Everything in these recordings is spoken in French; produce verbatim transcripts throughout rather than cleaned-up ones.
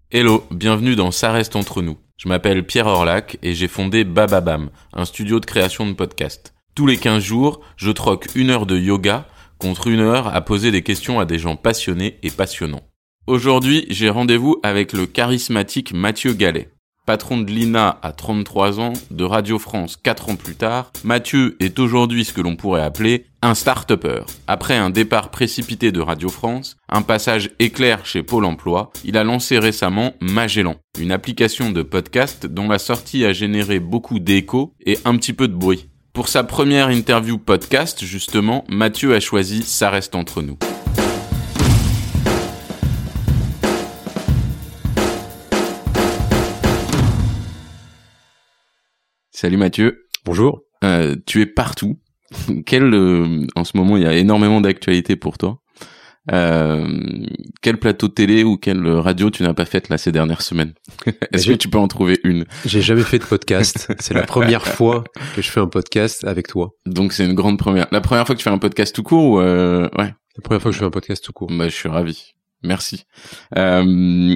Hello, bienvenue dans Ça reste entre nous. Je m'appelle Pierre Orlac et j'ai fondé Bababam, un studio de création de podcasts. Tous les quinze jours, je troque une heure de yoga contre une heure à poser des questions à des gens passionnés et passionnants. Aujourd'hui, j'ai rendez-vous avec le charismatique Mathieu Gallet. Patron de l'I N A à trente-trois ans, de Radio France quatre ans plus tard, Mathieu est aujourd'hui ce que l'on pourrait appeler un start-upper. Après un départ précipité de Radio France, un passage éclair chez Pôle emploi, il a lancé récemment Magellan, une application de podcast dont la sortie a généré beaucoup d'échos et un petit peu de bruit. Pour sa première interview podcast, justement, Mathieu a choisi Ça reste entre nous. Salut Mathieu. Bonjour. Euh, tu es partout. Quel, euh, en ce moment, il y a énormément d'actualités pour toi. Euh, quel plateau de télé ou quelle radio tu n'as pas fait là ces dernières semaines? Est-ce que tu peux en trouver une? J'ai jamais fait de podcast. C'est la première fois que je fais un podcast avec toi. Donc c'est une grande première. La première fois que tu fais un podcast tout court ou euh... ouais. La première fois que je fais un podcast tout court. Bah je suis ravi. Merci. Euh...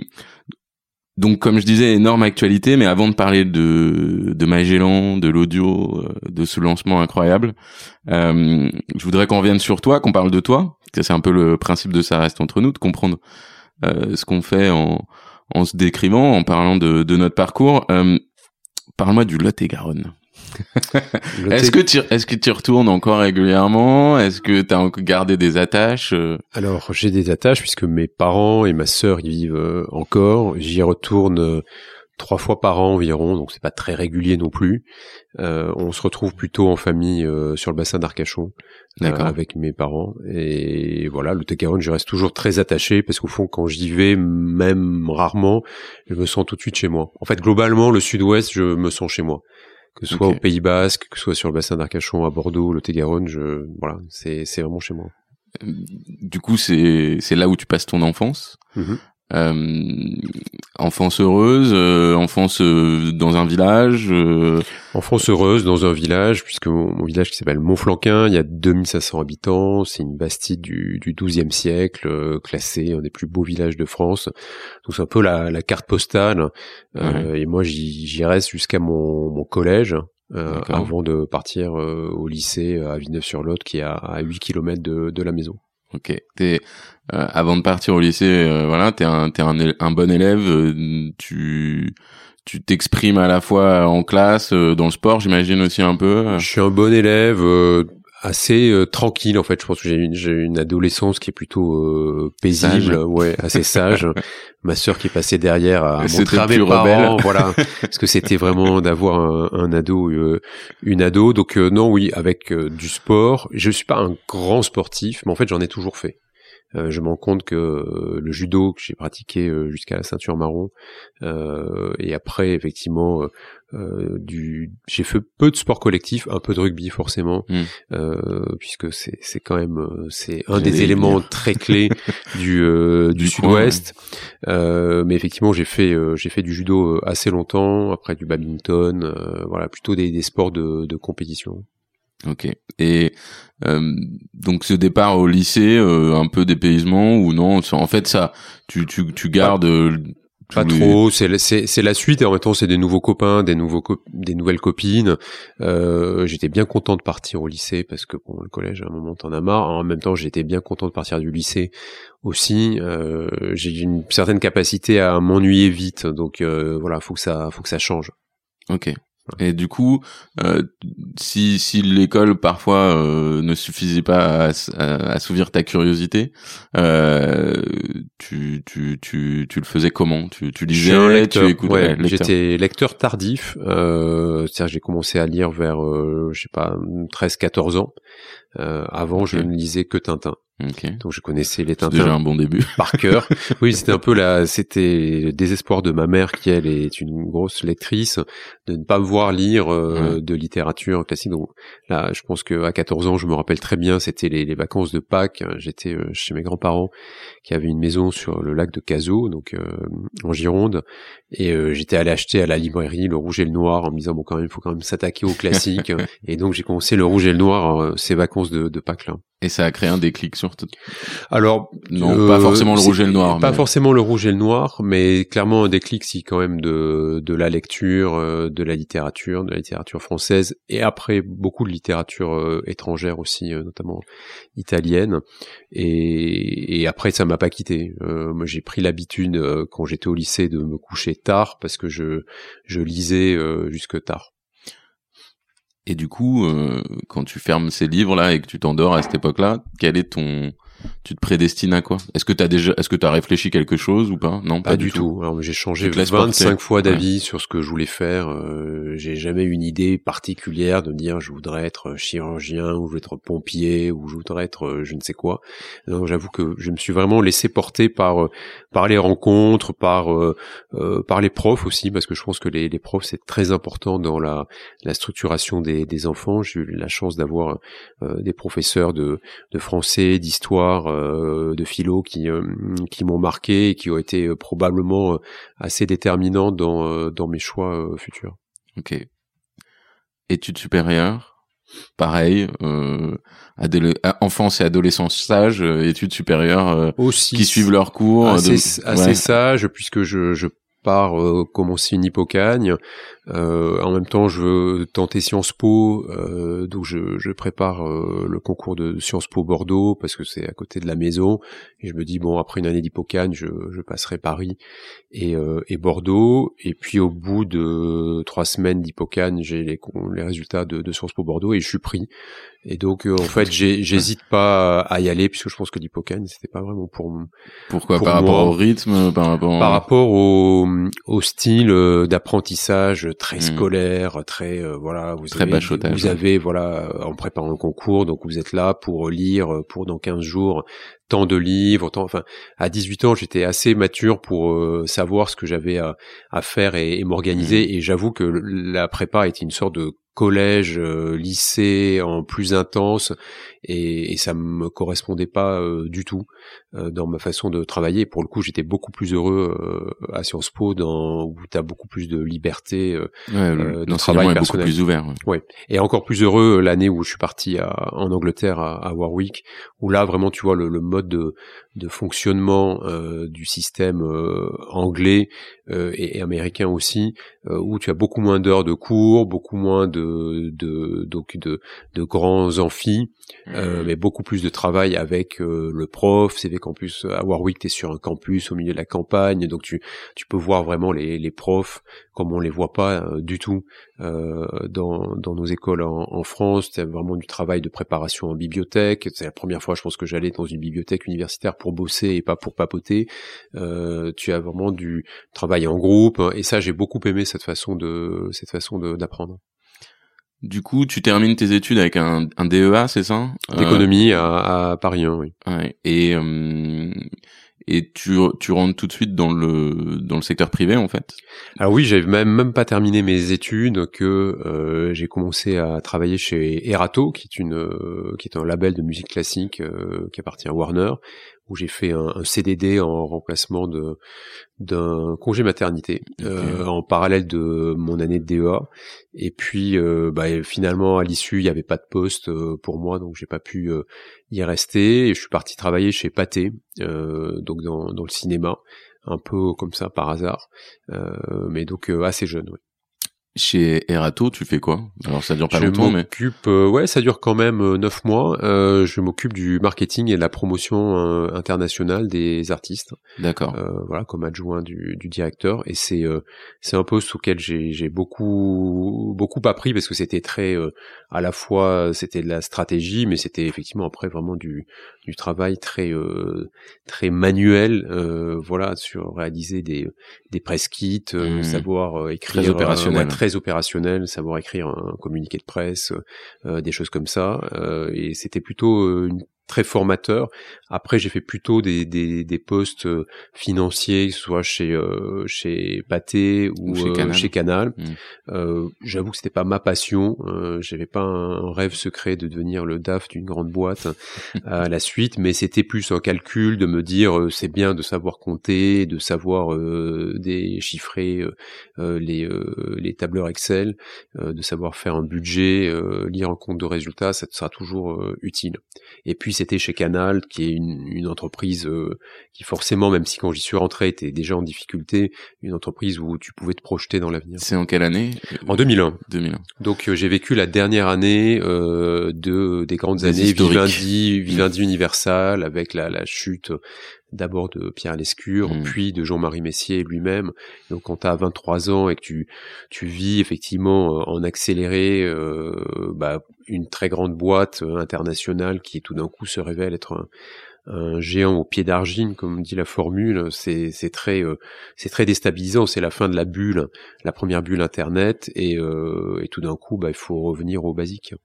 Donc, comme je disais, énorme actualité, mais avant de parler de, de Magellan, de l'audio, de ce lancement incroyable, euh, je voudrais qu'on revienne sur toi, qu'on parle de toi. C'est un peu le principe de Ça reste entre nous, de comprendre euh, ce qu'on fait en, en se décrivant, en parlant de, de notre parcours. Euh, parle-moi du Lot-et-Garonne. Est-ce que tu est-ce que tu retournes encore régulièrement? Est-ce que tu as gardé des attaches? Alors, j'ai des attaches puisque mes parents et ma sœur y vivent encore. J'y retourne euh, trois fois par an environ, donc c'est pas très régulier non plus. Euh, on se retrouve plutôt en famille euh, sur le bassin d'Arcachon euh, avec mes parents. Et voilà, le Lot-et-Garonne, je reste toujours très attaché parce qu'au fond, quand j'y vais, même rarement, je me sens tout de suite chez moi. En fait, globalement, le Sud-Ouest, je me sens chez moi. Que ce soit okay. Au Pays Basque, que ce soit sur le bassin d'Arcachon, à Bordeaux, le Lot-et-Garonne, je, voilà, c'est, c'est vraiment chez moi. Du coup, c'est, c'est là où tu passes ton enfance. Mm-hmm. Euh, enfance heureuse, euh, enfance euh, dans un village. Euh... Enfance heureuse dans un village, puisque mon, mon village qui s'appelle Montflanquin, il y a deux mille cinq cents habitants, c'est une bastide du, du douzième siècle, euh, classée un des plus beaux villages de France. Donc c'est un peu la, la carte postale. Euh, ouais. Et moi, j'y, j'y reste jusqu'à mon, mon collège. Euh, avant de partir euh, au lycée à Villeneuve-sur-Lot, qui est à, à huit kilomètres de, de la maison. Ok. T'es, euh, avant de partir au lycée, euh, voilà, t'es un, t'es un, un bon élève. Euh, tu, tu t'exprimes à la fois en classe, euh, dans le sport, j'imagine aussi un peu. Je suis un bon élève, euh, assez euh, tranquille en fait. Je pense que j'ai une, j'ai une adolescence qui est plutôt euh, paisible, sage. Ouais, assez sage. Ma sœur qui passait derrière à montrer à mes parents, voilà, parce que c'était vraiment d'avoir un, un ado, euh, une ado. Donc euh, non, oui, avec euh, du sport. Je suis pas un grand sportif, mais en fait j'en ai toujours fait. Euh, je me rends compte que euh, le judo que j'ai pratiqué euh, jusqu'à la ceinture marron, euh, et après effectivement euh, euh, du, j'ai fait peu de sport collectif, un peu de rugby forcément, mmh. euh, puisque c'est c'est quand même c'est un j'ai des éléments dire. très clés du euh, du, du Sud-Ouest. Coin, ouais. euh, mais effectivement j'ai fait euh, j'ai fait du judo assez longtemps, après du badminton, euh, voilà plutôt des, des sports de, de compétition. Ok. Et euh, donc ce départ au lycée, euh, un peu dépaysement ou non? En fait, ça, tu tu tu gardes. Euh, Pas les... trop. C'est c'est c'est la suite et en même temps c'est des nouveaux copains, des nouveaux co- des nouvelles copines. Euh, j'étais bien content de partir au lycée parce que bon le collège à un moment t'en as marre. En même temps j'étais bien content de partir du lycée aussi. Euh, j'ai une certaine capacité à m'ennuyer vite, donc euh, voilà faut que ça faut que ça change. Ok. Et du coup, euh, si si l'école parfois euh, ne suffisait pas à, à assouvir ta curiosité, euh, tu tu tu tu le faisais comment? Tu tu lisais, lecteur, tu écoutais. Ouais, lecteur. J'étais lecteur tardif. Euh, c'est-à-dire que j'ai commencé à lire vers euh, je sais pas treize quatorze ans. Euh, avant, okay. Je ne lisais que Tintin. Okay. Donc je connaissais les Tintins. C'est déjà un bon début. Par cœur. Oui, c'était un peu la, c'était le désespoir de ma mère qui elle est une grosse lectrice de ne pas me voir lire euh, ouais. de littérature classique. Donc là, je pense que à quatorze ans, je me rappelle très bien, c'était les, les vacances de Pâques. J'étais euh, chez mes grands-parents qui avaient une maison sur le lac de Cazaux, donc euh, en Gironde, et euh, j'étais allé acheter à la librairie Le Rouge et le Noir en me disant bon quand même, il faut quand même s'attaquer aux classiques. Et donc j'ai commencé Le Rouge et le Noir euh, ces vacances de, de Pâques là. Et ça a créé un déclic sur tout. Alors non, euh, pas forcément le rouge et le noir. Pas mais... forcément le rouge et le noir, mais clairement un déclic si quand même de de la lecture, euh, de la littérature, de la littérature française, et après beaucoup de littérature euh, étrangère aussi, euh, notamment italienne. Et, et après ça m'a pas quitté. Euh, moi j'ai pris l'habitude euh, quand j'étais au lycée de me coucher tard parce que je je lisais euh, jusque tard. Et du coup, euh, quand tu fermes ces livres-là et que tu t'endors à cette époque-là, quel est ton... Tu te prédestines à quoi? Est-ce que t'as déjà, est-ce que t'as réfléchi quelque chose ou pas? Non, pas, pas du du tout. tout. Alors, j'ai changé vingt-cinq fois d'avis ouais. sur ce que je voulais faire. Euh, j'ai jamais eu une idée particulière de me dire je voudrais être chirurgien ou je voudrais être pompier ou je voudrais être euh, je ne sais quoi. Donc j'avoue que je me suis vraiment laissé porter par euh, par les rencontres, par euh, euh, par les profs aussi, parce que je pense que les, les profs c'est très important dans la la structuration des des enfants. J'ai eu la chance d'avoir euh, des professeurs de de français, d'histoire, Euh, de philo qui euh, qui m'ont marqué et qui ont été euh, probablement euh, assez déterminants dans euh, dans mes choix euh, futurs. Ok. Études supérieures, pareil. Euh, adole- enfance et adolescence sage, euh, études supérieures euh, aussi qui suivent leurs cours. Assez, de... assez ouais. sage puisque je je pars euh, commencer une hypocagne. Euh, en même temps, je veux tenter Sciences Po, euh, donc je, je prépare euh, le concours de Sciences Po Bordeaux parce que c'est à côté de la maison. Et je me dis bon, après une année d'hypocagne, je, je passerai Paris et, euh, et Bordeaux. Et puis au bout de trois semaines d'hypocagne, j'ai les, les résultats de, de Sciences Po Bordeaux et je suis pris. Et donc euh, en fait, j'ai, j'hésite pas à y aller puisque je pense que l'hypocagne c'était pas vraiment pour moi. Pourquoi pour par moi. rapport au rythme, par rapport par rapport au, au style d'apprentissage très scolaire, mmh. très euh, voilà, vous très avez, bachotage, vous ouais. avez voilà en préparant le concours, donc vous êtes là pour lire pour dans quinze jours tant de livres, tant, enfin à dix-huit ans j'étais assez mature pour euh, savoir ce que j'avais à, à faire et, et m'organiser mmh. et j'avoue que la prépa était une sorte de collège, euh, lycée en plus intense et, et ça me correspondait pas euh, du tout euh, dans ma façon de travailler. Et pour le coup, j'étais beaucoup plus heureux euh, à Sciences Po dans, où tu as beaucoup plus de liberté euh, ouais, euh, de travail est personnel. Beaucoup plus ouvert. Ouais. ouais. Et encore plus heureux l'année où je suis parti à, en Angleterre à, à Warwick, où là vraiment tu vois le, le mode de, de fonctionnement euh, du système euh, anglais euh, et, et américain aussi, euh, où tu as beaucoup moins d'heures de cours, beaucoup moins de de donc de, de grands amphis, euh, mmh. mais beaucoup plus de travail avec euh, le prof. C'est vrai qu'en plus à Warwick t'es sur un campus au milieu de la campagne, donc tu tu peux voir vraiment les les profs comme on les voit pas euh, du tout euh, dans dans nos écoles en, en France. C'est vraiment du travail de préparation en bibliothèque. C'est la première fois je pense que j'allais dans une bibliothèque universitaire pour bosser et pas pour papoter. Euh, tu as vraiment du travail en groupe et ça j'ai beaucoup aimé cette façon de cette façon de, d'apprendre. Du coup, tu termines tes études avec un, un D E A, c'est ça? D'économie euh... à, à Paris un, oui. Ouais. Et euh, et tu tu rentres tout de suite dans le dans le secteur privé en fait. Alors oui, j'avais même même pas terminé mes études que euh, j'ai commencé à travailler chez Erato, qui est une euh, qui est un label de musique classique euh, qui appartient à Warner, où j'ai fait un, un C D D en remplacement de d'un congé maternité okay. euh, en parallèle de mon année de D E A. Et puis euh, bah, finalement à l'issue il y avait pas de poste euh, pour moi, donc j'ai pas pu euh, y rester et je suis parti travailler chez Pathé, euh, donc dans, dans le cinéma, un peu comme ça par hasard, euh, mais donc euh, assez jeune. Ouais. Chez Erato, tu fais quoi? Alors ça dure pas je longtemps, mais... Je m'occupe, euh, ouais, ça dure quand même euh, neuf mois. Euh, je m'occupe du marketing et de la promotion euh, internationale des artistes. D'accord. Euh, voilà, comme adjoint du, du directeur. Et c'est euh, c'est un poste auquel j'ai j'ai beaucoup beaucoup appris parce que c'était très euh, à la fois c'était de la stratégie, mais c'était effectivement après vraiment du du travail très euh, très manuel. Euh, voilà, sur réaliser des des press kits, euh, mmh. savoir euh, écrire très opérationnel. Euh, ouais, très opérationnel, savoir écrire un communiqué de presse, euh, des choses comme ça. Euh, et c'était plutôt euh, une très formateur. Après, j'ai fait plutôt des des, des postes financiers, soit chez euh, chez Pathé ou, ou chez Canal. Euh, chez Canal. Mmh. Euh, j'avoue que c'était pas ma passion. Euh, j'avais pas un, un rêve secret de devenir le D A F d'une grande boîte à la suite, mais c'était plus un calcul de me dire euh, c'est bien de savoir compter, de savoir euh, déchiffrer euh, les euh, les tableurs Excel, euh, de savoir faire un budget, euh, lire un compte de résultats, ça sera toujours euh, utile. Et puis c'était chez Canal, qui est une, une entreprise euh, qui forcément, même si quand j'y suis rentré, était déjà en difficulté, une entreprise où tu pouvais te projeter dans l'avenir. C'est en quelle année ? En deux mille un. deux mille un. Donc euh, j'ai vécu la dernière année euh, de des grandes des années Vivendi, Vivendi mmh. Universal, avec la, la chute d'abord de Pierre Lescure, mmh. puis de Jean-Marie Messier lui-même. Donc quand tu as vingt-trois ans et que tu tu vis effectivement en accéléré euh, bah, une très grande boîte internationale qui tout d'un coup se révèle être un un géant au pied d'argile, comme dit la formule, c'est c'est très euh, c'est très déstabilisant. C'est la fin de la bulle, la première bulle Internet, et euh, et tout d'un coup, bah il faut revenir aux basiques.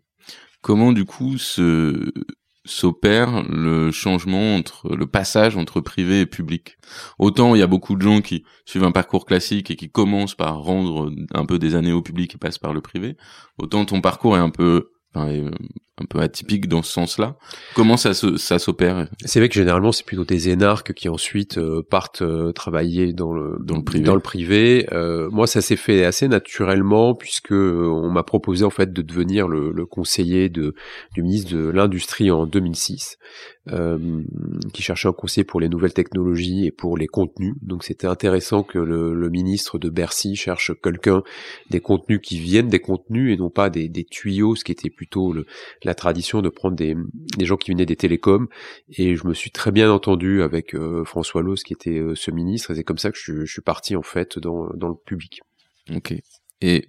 Comment du coup se s'opère le changement entre le passage entre privé et public? Autant il y a beaucoup de gens qui suivent un parcours classique et qui commencent par rendre un peu des années au public et passent par le privé. Autant ton parcours est un peu Enfin, un peu atypique dans ce sens-là. Comment ça se, ça s'opère ? C'est vrai que généralement c'est plutôt des énarques qui ensuite euh, partent euh, travailler dans le dans le privé. Dans le privé. Euh, moi, ça s'est fait assez naturellement puisque euh, on m'a proposé en fait de devenir le, le conseiller de du ministre de l'Industrie en deux mille six, euh, qui cherchait un conseiller pour les nouvelles technologies et pour les contenus. Donc c'était intéressant que le, le ministre de Bercy cherche quelqu'un des contenus qui viennent des contenus et non pas des, des tuyaux, ce qui était plutôt le, la tradition de prendre des, des gens qui venaient des télécoms. Et je me suis très bien entendu avec euh, François Loos, qui était euh, ce ministre, et c'est comme ça que je, je suis parti en fait dans, dans le public. Ok. Et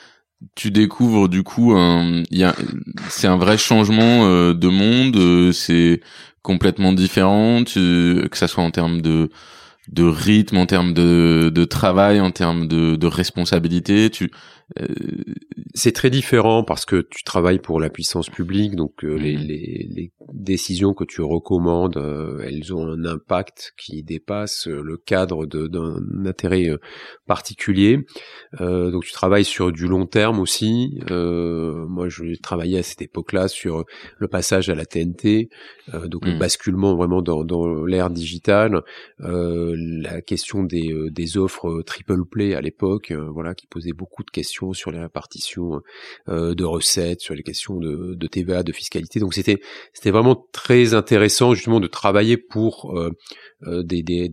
tu découvres du coup un, il y a, c'est un vrai changement euh, de monde, euh, c'est complètement différent, tu, que ça soit en termes de de rythme, en termes de de travail, en termes de de responsabilité, tu euh... c'est très différent parce que tu travailles pour la puissance publique, donc euh, mmh. les, les les décisions que tu recommandes, euh, elles ont un impact qui dépasse le cadre de, d'un intérêt particulier. Euh, donc tu travailles sur du long terme aussi. Euh, moi, je travaillais à cette époque-là sur le passage à la T N T, euh, donc mmh. le basculement vraiment dans dans l'ère digitale. Euh, la question des euh, des offres triple play à l'époque, euh, voilà, qui posait beaucoup de questions sur les répartitions euh, de recettes, sur les questions de, de T V A, de fiscalité. Donc c'était c'était vraiment très intéressant justement de travailler pour euh, euh, des, des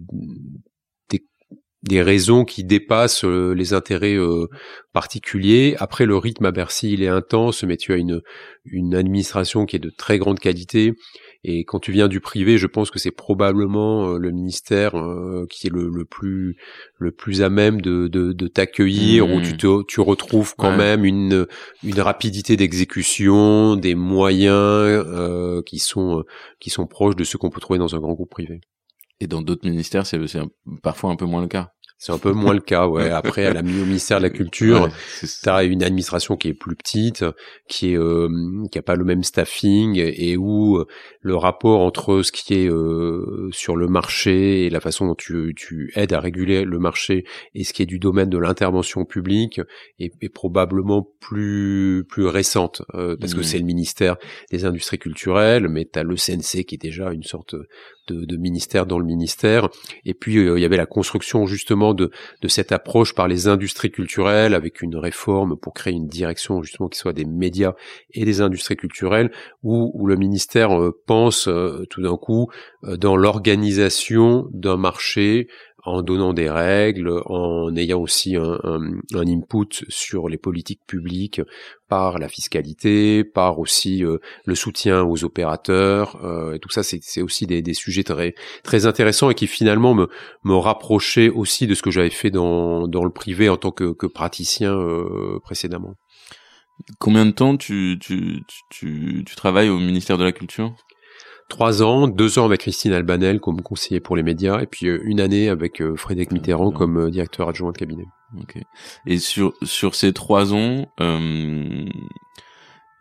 des des raisons qui dépassent euh, les intérêts euh, particuliers. Après, le rythme à Bercy, il est intense, mais tu as une une administration qui est de très grande qualité. Et quand tu viens du privé, je pense que c'est probablement euh, le ministère euh, qui est le, le plus le plus à même de de, de t'accueillir, mmh. où tu te tu retrouves quand ouais. même une une rapidité d'exécution, des moyens euh, qui sont qui sont proches de ceux qu'on peut trouver dans un grand groupe privé. Et dans d'autres ministères, c'est, c'est un, parfois un peu moins le cas. C'est un peu moins le cas, ouais. Après, à la, au ministère de la Culture, ouais, t'as une administration qui est plus petite, qui est euh, qui a pas le même staffing, et où euh, le rapport entre ce qui est euh, sur le marché et la façon dont tu tu aides à réguler le marché et ce qui est du domaine de l'intervention publique est, est probablement plus plus récente, euh, parce mmh. que c'est le ministère des Industries culturelles, mais t'as le C N C qui est déjà une sorte de, de ministère dans le ministère, et puis euh, il y avait la construction justement de, de cette approche par les industries culturelles, avec une réforme pour créer une direction justement qui soit des médias et des industries culturelles, où, où le ministère euh, pense euh, tout d'un coup euh, dans l'organisation d'un marché, en donnant des règles, en ayant aussi un, un, un input sur les politiques publiques par la fiscalité, par aussi euh, le soutien aux opérateurs, euh, et tout ça, c'est, c'est aussi des, des sujets très très intéressants et qui finalement me me rapprochaient aussi de ce que j'avais fait dans dans le privé en tant que, que praticien euh, précédemment. Combien de temps tu tu tu tu travailles au ministère de la Culture ? Trois ans, deux ans avec Christine Albanel comme conseiller pour les médias, et puis une année avec Frédéric Mitterrand ah, comme directeur adjoint de cabinet. Ok. Et sur sur ces trois ans, euh,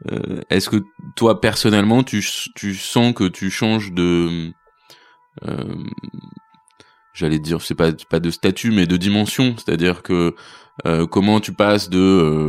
euh, est-ce que toi personnellement tu tu sens que tu changes de euh, j'allais dire c'est pas pas de statut mais de dimension, c'est-à-dire que euh, comment tu passes de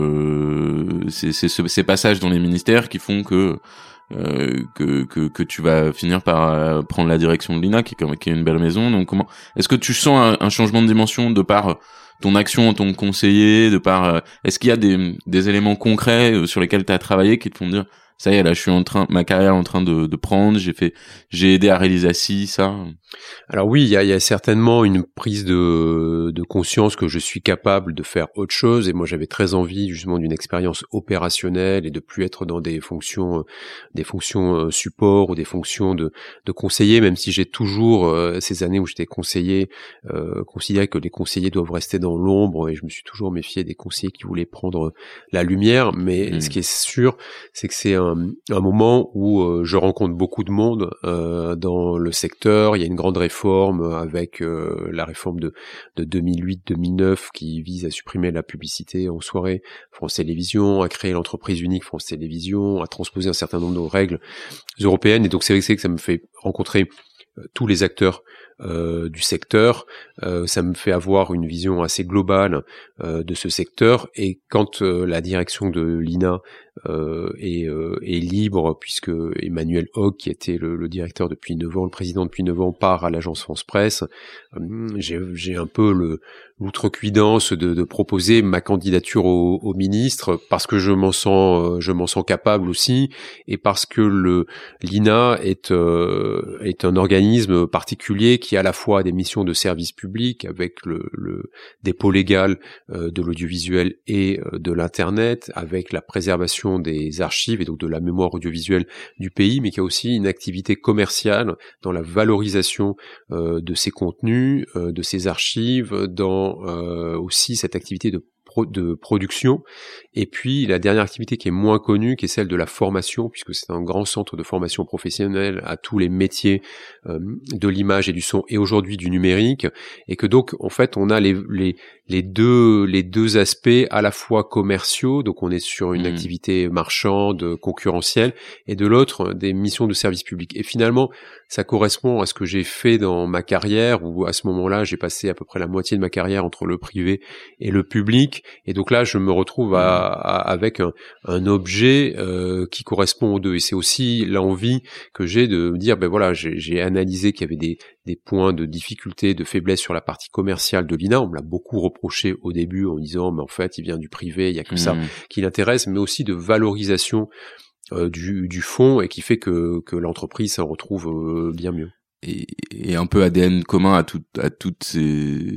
euh, ces, ces ces passages dans les ministères qui font que euh, que que que tu vas finir par euh, prendre la direction de l'I N A qui est comme qui est une belle maison. Donc comment est-ce que tu sens un, un changement de dimension de par ton action en tant que conseiller, de par euh, est-ce qu'il y a des des éléments concrets euh, sur lesquels tu as travaillé qui te font dire ça y est, là je suis en train ma carrière est en train de de prendre, j'ai fait j'ai aidé à réaliser ci ça. Alors oui, il y a, il y a certainement une prise de, de conscience que je suis capable de faire autre chose, et moi j'avais très envie justement d'une expérience opérationnelle et de plus être dans des fonctions, des fonctions support ou des fonctions de, de conseiller, même si j'ai toujours euh, ces années où j'étais conseiller euh, considéré que les conseillers doivent rester dans l'ombre, et je me suis toujours méfié des conseillers qui voulaient prendre la lumière. Mais mmh. ce qui est sûr, c'est que c'est un, un moment où euh, je rencontre beaucoup de monde euh, dans le secteur. Il y a une grande réforme avec euh, la réforme de, de deux mille huit deux mille neuf qui vise à supprimer la publicité en soirée France Télévisions, à créer l'entreprise unique France Télévisions, à transposer un certain nombre de règles européennes. Et donc c'est vrai que ça me fait rencontrer euh, tous les acteurs euh, du secteur, euh, ça me fait avoir une vision assez globale euh, de ce secteur. Et quand euh, la direction de l'I N A Euh, est, euh, est libre, puisque Emmanuel Hogg, qui était le, le directeur depuis neuf ans, le président depuis neuf ans, part à l'agence France Presse, euh, j'ai, j'ai un peu le, l'outrecuidance de, de proposer ma candidature au, au ministre, parce que je m'en sens, je m'en sens capable aussi, et parce que le l'I N A est, euh, est un organisme particulier qui a à la fois des missions de service public avec le, le dépôt légal euh, de l'audiovisuel et euh, de l'internet, avec la préservation des archives et donc de la mémoire audiovisuelle du pays, mais qui a aussi une activité commerciale dans la valorisation euh, de ces contenus, euh, de ces archives, dans euh, aussi cette activité de de production. Et puis la dernière activité qui est moins connue, qui est celle de la formation, puisque c'est un grand centre de formation professionnelle à tous les métiers euh, de l'image et du son, et aujourd'hui du numérique, et que donc en fait on a les, les, les deux les deux aspects à la fois commerciaux, donc on est sur une mmh. activité marchande, concurrentielle, et de l'autre des missions de service public. Et finalement ça correspond à ce que j'ai fait dans ma carrière, où à ce moment-là j'ai passé à peu près la moitié de ma carrière entre le privé et le public. Et donc là, je me retrouve à, à, avec un, un objet euh, qui correspond aux deux. Et c'est aussi l'envie que j'ai de me dire, ben voilà, j'ai, j'ai analysé qu'il y avait des, des points de difficulté, de faiblesse sur la partie commerciale de l'I N A. On me l'a beaucoup reproché au début en disant, mais en fait, il vient du privé, il y a que mmh. ça qui l'intéresse, mais aussi de valorisation euh, du, du fond, et qui fait que, que l'entreprise s'en retrouve euh, bien mieux. Et, et un peu A D N commun à, tout, à toutes ces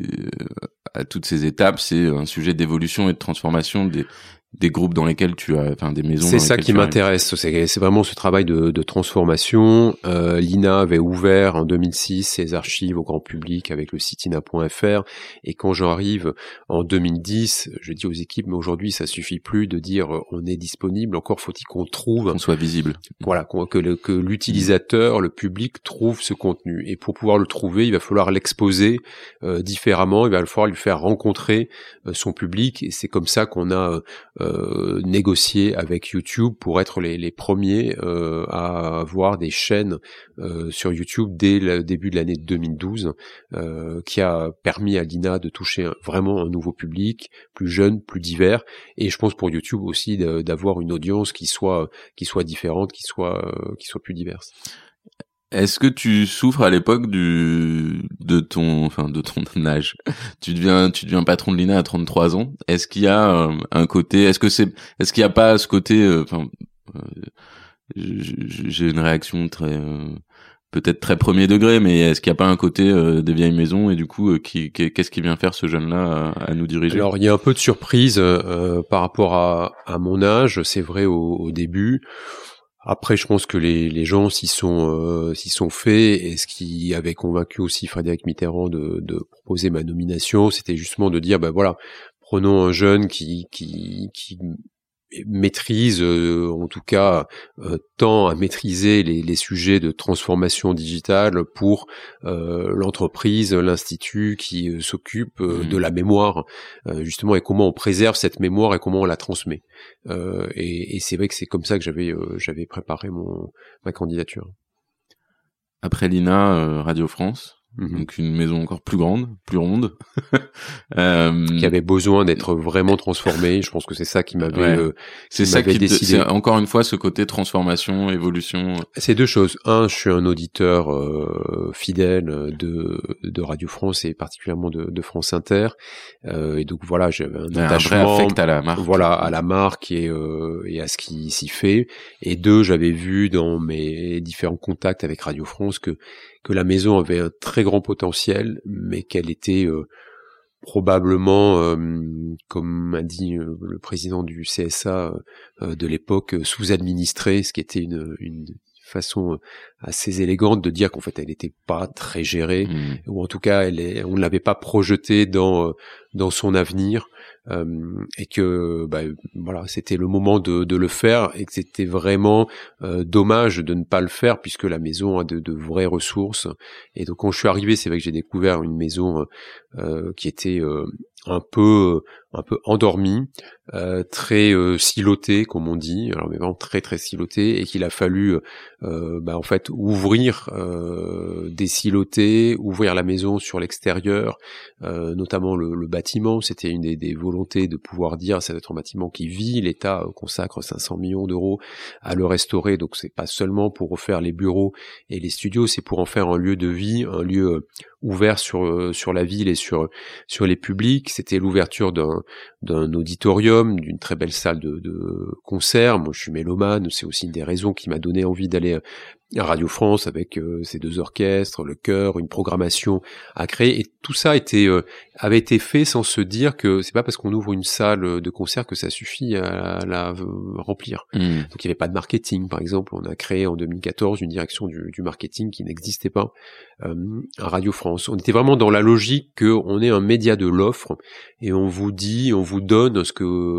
à toutes ces étapes, c'est un sujet d'évolution et de transformation des des groupes dans lesquels tu as, enfin des maisons. C'est ça qui m'intéresse. C'est, c'est vraiment ce travail de, de transformation. Euh, L'I N A avait ouvert en deux mille six ses archives au grand public avec le site I N A point F R. Et quand j'arrive en deux mille dix, je dis aux équipes, mais aujourd'hui ça suffit plus de dire on est disponible. Encore faut-il qu'on trouve, qu'on soit visible. Voilà, que, le, que l'utilisateur, le public trouve ce contenu. Et pour pouvoir le trouver, il va falloir l'exposer euh, différemment. Il va falloir lui faire rencontrer euh, son public. Et c'est comme ça qu'on a euh, Euh, négocier avec YouTube pour être les, les premiers euh, à avoir des chaînes euh, sur YouTube dès le début de l'année deux mille douze, euh, qui a permis à l'I N A de toucher un, vraiment un nouveau public, plus jeune, plus divers, et je pense pour YouTube aussi de, d'avoir une audience qui soit qui soit différente, qui soit euh, qui soit plus diverse. Est-ce que tu souffres à l'époque du de ton enfin de ton âge? Tu deviens tu deviens patron de l'I N A à trente-trois ans. Est-ce qu'il y a un, un côté est-ce que c'est est-ce qu'il y a pas ce côté enfin euh, j'ai une réaction très euh, peut-être très premier degré, mais est-ce qu'il y a pas un côté euh, des vieilles maisons et du coup euh, qui, qui qu'est-ce qui vient faire ce jeune-là à, à nous diriger? Alors il y a un peu de surprise euh, par rapport à à mon âge, c'est vrai au, au début. Après, je pense que les, les gens s'y sont, euh, s'y sont faits, et ce qui avait convaincu aussi Frédéric Mitterrand de, de proposer ma nomination, c'était justement de dire, ben voilà, prenons un jeune qui, qui, qui maîtrise, euh, en tout cas, euh, tend à maîtriser les, les sujets de transformation digitale pour euh, l'entreprise, l'institut qui euh, s'occupe euh, mmh. de la mémoire, euh, justement, et comment on préserve cette mémoire et comment on la transmet. Euh, et, et c'est vrai que c'est comme ça que j'avais euh, j'avais préparé mon ma candidature. Après l'I N A, euh, Radio France. Mmh. Donc une maison encore plus grande, plus ronde, euh... qui avait besoin d'être vraiment transformée. Je pense que c'est ça qui m'avait, ouais. euh, c'est qui ça m'avait qui décidé. C'est encore une fois ce côté transformation, évolution. C'est deux choses. Un, je suis un auditeur euh, fidèle de de Radio France et particulièrement de, de France Inter, euh, et donc voilà, j'avais un ouais, attachement, un vrai affect à la marque. Voilà, à la marque et euh, et à ce qui s'y fait. Et deux, j'avais vu dans mes différents contacts avec Radio France que que la maison avait un très grand potentiel, mais qu'elle était euh, probablement, euh, comme m'a dit euh, le président du C S A euh, de l'époque, sous-administrée, ce qui était une, une façon assez élégante de dire qu'en fait elle n'était pas très gérée, mmh. ou en tout cas elle est, on ne l'avait pas projetée dans dans son avenir, euh, et que bah, voilà, c'était le moment de, de le faire, et que c'était vraiment euh, dommage de ne pas le faire puisque la maison a de, de vraies ressources. Et donc quand je suis arrivé, c'est vrai que j'ai découvert une maison euh, qui était euh, un peu un peu endormie, euh, très euh, silotée comme on dit, alors mais vraiment très très silotée, et qu'il a fallu euh, bah, en fait ouvrir euh, des silotés, ouvrir la maison sur l'extérieur, euh, notamment le, le bâtiment. C'était une des, des volontés de pouvoir dire ça va être un bâtiment qui vit, l'État consacre cinq cents millions d'euros à le restaurer, donc c'est pas seulement pour refaire les bureaux et les studios, c'est pour en faire un lieu de vie, un lieu ouvert sur sur la ville et sur sur les publics. C'était l'ouverture d'un d'un auditorium, d'une très belle salle de, de concert. Moi, je suis mélomane, c'est aussi une des raisons qui m'a donné envie d'aller à Radio France avec euh, ces deux orchestres, le chœur, une programmation à créer. Et tout ça était, euh, avait été fait sans se dire que c'est pas parce qu'on ouvre une salle de concert que ça suffit à la euh, remplir. Mmh. Donc il n'y avait pas de marketing, par exemple. On a créé en deux mille quatorze une direction du, du marketing qui n'existait pas euh, à Radio France. On était vraiment dans la logique qu'on est un média de l'offre et on vous dit, on vous donne ce que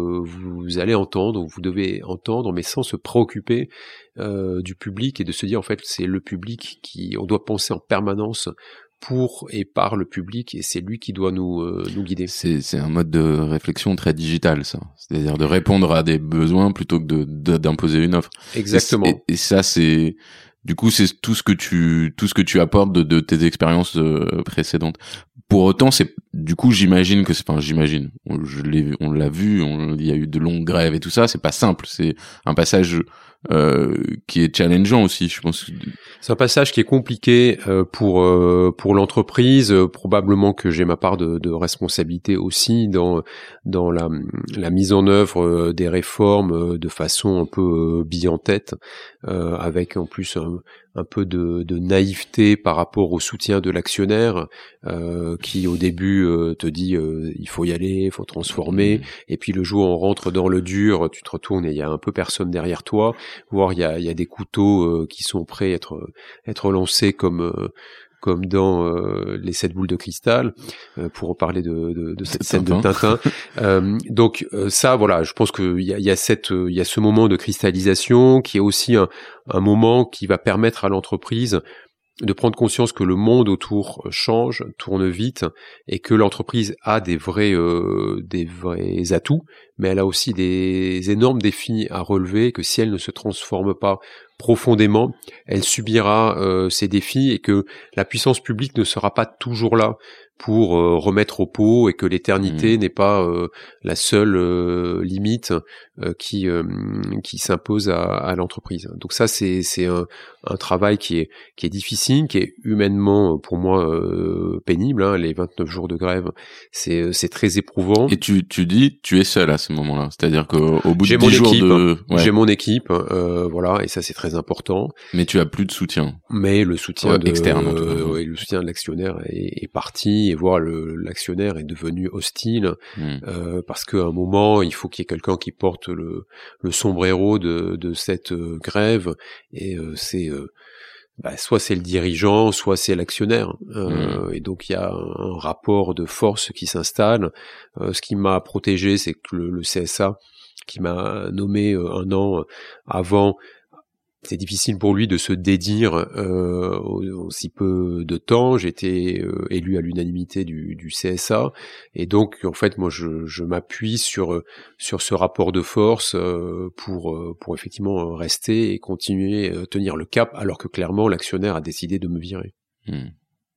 vous allez entendre, ou vous devez entendre, mais sans se préoccuper Euh, du public et de se dire en fait c'est le public qui, on doit penser en permanence pour et par le public, et c'est lui qui doit nous euh, nous guider. C'est c'est un mode de réflexion très digital, ça. C'est-à-dire de répondre à des besoins plutôt que de, de d'imposer une offre. Exactement. Et, et, et ça c'est du coup c'est tout ce que tu tout ce que tu apportes de, de tes expériences euh, précédentes. Pour autant, c'est du coup j'imagine que c'est enfin j'imagine on, je l'ai on l'a vu, on, il y a eu de longues grèves et tout ça, c'est pas simple, c'est un passage Euh, qui est challengeant aussi, je pense. C'est un passage qui est compliqué euh, pour euh, pour l'entreprise. Euh, probablement que j'ai ma part de, de responsabilité aussi dans dans la la mise en œuvre euh, des réformes euh, de façon un peu euh, bille en tête, euh, avec en plus un, un peu de, de naïveté par rapport au soutien de l'actionnaire, euh, qui au début euh, te dit euh, il faut y aller, il faut transformer, et puis le jour où on rentre dans le dur, tu te retournes et il y a un peu personne derrière toi, voire il y a, il y a des couteaux euh, qui sont prêts à être, être lancés comme... Euh, comme dans euh, les sept boules de cristal, euh, pour reparler de, de, de cette scène de Tintin. euh, donc euh, ça, voilà, je pense qu'il y a, y a cette, il y a ce moment de cristallisation qui est aussi un, un moment qui va permettre à l'entreprise de prendre conscience que le monde autour change, tourne vite, et que l'entreprise a des vrais, euh, des vrais atouts, mais elle a aussi des énormes défis à relever, que si elle ne se transforme pas profondément, elle subira euh, ces défis, et que la puissance publique ne sera pas toujours là pour euh, remettre au pot, et que l'éternité mmh. n'est pas euh, la seule euh, limite euh, qui euh, qui s'impose à, à l'entreprise. Donc ça, c'est c'est un, un travail qui est qui est difficile, qui est humainement pour moi euh, pénible. Hein. Les vingt-neuf jours de grève, c'est c'est très éprouvant. Et tu tu dis tu es seul à ce moment-là, c'est-à-dire qu'au au bout j'ai de dix jours équipe, de ouais. j'ai mon équipe, euh, voilà, et ça c'est très important. Mais tu as plus de soutien. Mais le soutien ouais, de, externe, euh, ouais, le soutien de l'actionnaire est, est parti, et voir le l'actionnaire est devenu hostile, mmh. euh, parce qu'à un moment il faut qu'il y ait quelqu'un qui porte le le sombrero de de cette euh, grève, et euh, c'est euh, bah, soit c'est le dirigeant, soit c'est l'actionnaire, euh, mmh. et donc il y a un, un rapport de force qui s'installe. Euh, ce qui m'a protégé, c'est que le, le C S A qui m'a nommé un an avant. C'est difficile pour lui de se dédire euh, en si peu de temps. J'ai été euh, élu à l'unanimité du, du C S A, et donc en fait moi je, je m'appuie sur sur ce rapport de force euh, pour pour effectivement rester et continuer à tenir le cap, alors que clairement l'actionnaire a décidé de me virer. Mmh.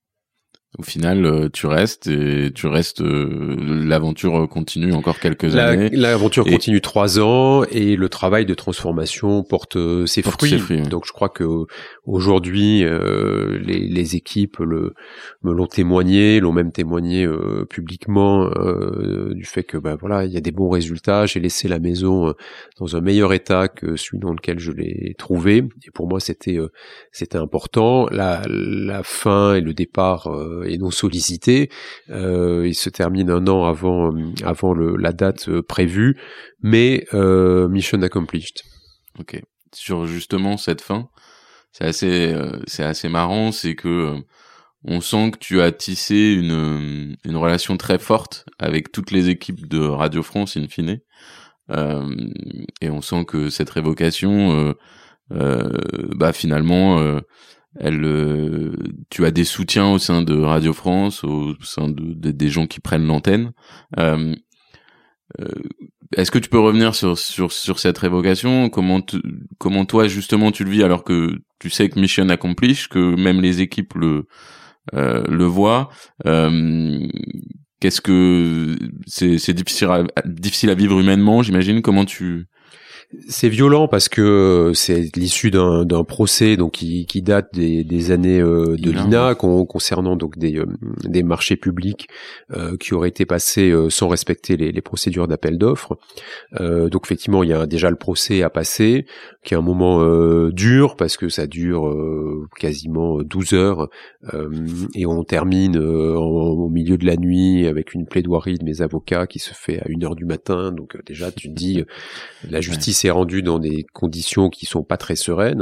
Au final, tu restes et tu restes. Euh, l'aventure continue encore quelques la, années. L'aventure et... continue trois ans et le travail de transformation porte ses porte fruits. Ses fruits ouais. Donc, je crois que aujourd'hui, euh, les, les équipes le, me l'ont témoigné, l'ont même témoigné euh, publiquement euh, du fait que, bah voilà, il y a des bons résultats. J'ai laissé la maison dans un meilleur état que celui dans lequel je l'ai trouvé. Et pour moi, c'était euh, c'était important. La, la fin et le départ. Euh, et non sollicité. Euh, il se termine un an avant avant le, la date prévue, mais euh, mission accomplished. Ok. Sur justement cette fin, c'est assez euh, c'est assez marrant, c'est que euh, on sent que tu as tissé une une relation très forte avec toutes les équipes de Radio France in fine, euh, et on sent que cette révocation, euh, euh, bah finalement. Euh, Elle, euh, tu as des soutiens au sein de Radio France, au sein de, de des gens qui prennent l'antenne. Euh, euh, est-ce que tu peux revenir sur sur sur cette révocation ? Comment te, comment toi justement tu le vis, alors que tu sais que mission accomplished, que même les équipes le euh, le voient. Euh, qu'est-ce que c'est c'est difficile à, difficile à vivre humainement, j'imagine. Comment tu C'est violent parce que c'est l'issue d'un, d'un procès donc qui, qui date des, des années euh, de l'I N A con, concernant donc des, euh, des marchés publics euh, qui auraient été passés euh, sans respecter les, les procédures d'appel d'offres. Euh, donc effectivement, il y a déjà le procès à passer, qui est un moment euh, dur parce que ça dure euh, quasiment douze heures euh, et on termine euh, en, au milieu de la nuit avec une plaidoirie de mes avocats qui se fait à une heure du matin. Donc euh, déjà, tu te dis, la justice est rendu dans des conditions qui sont pas très sereines,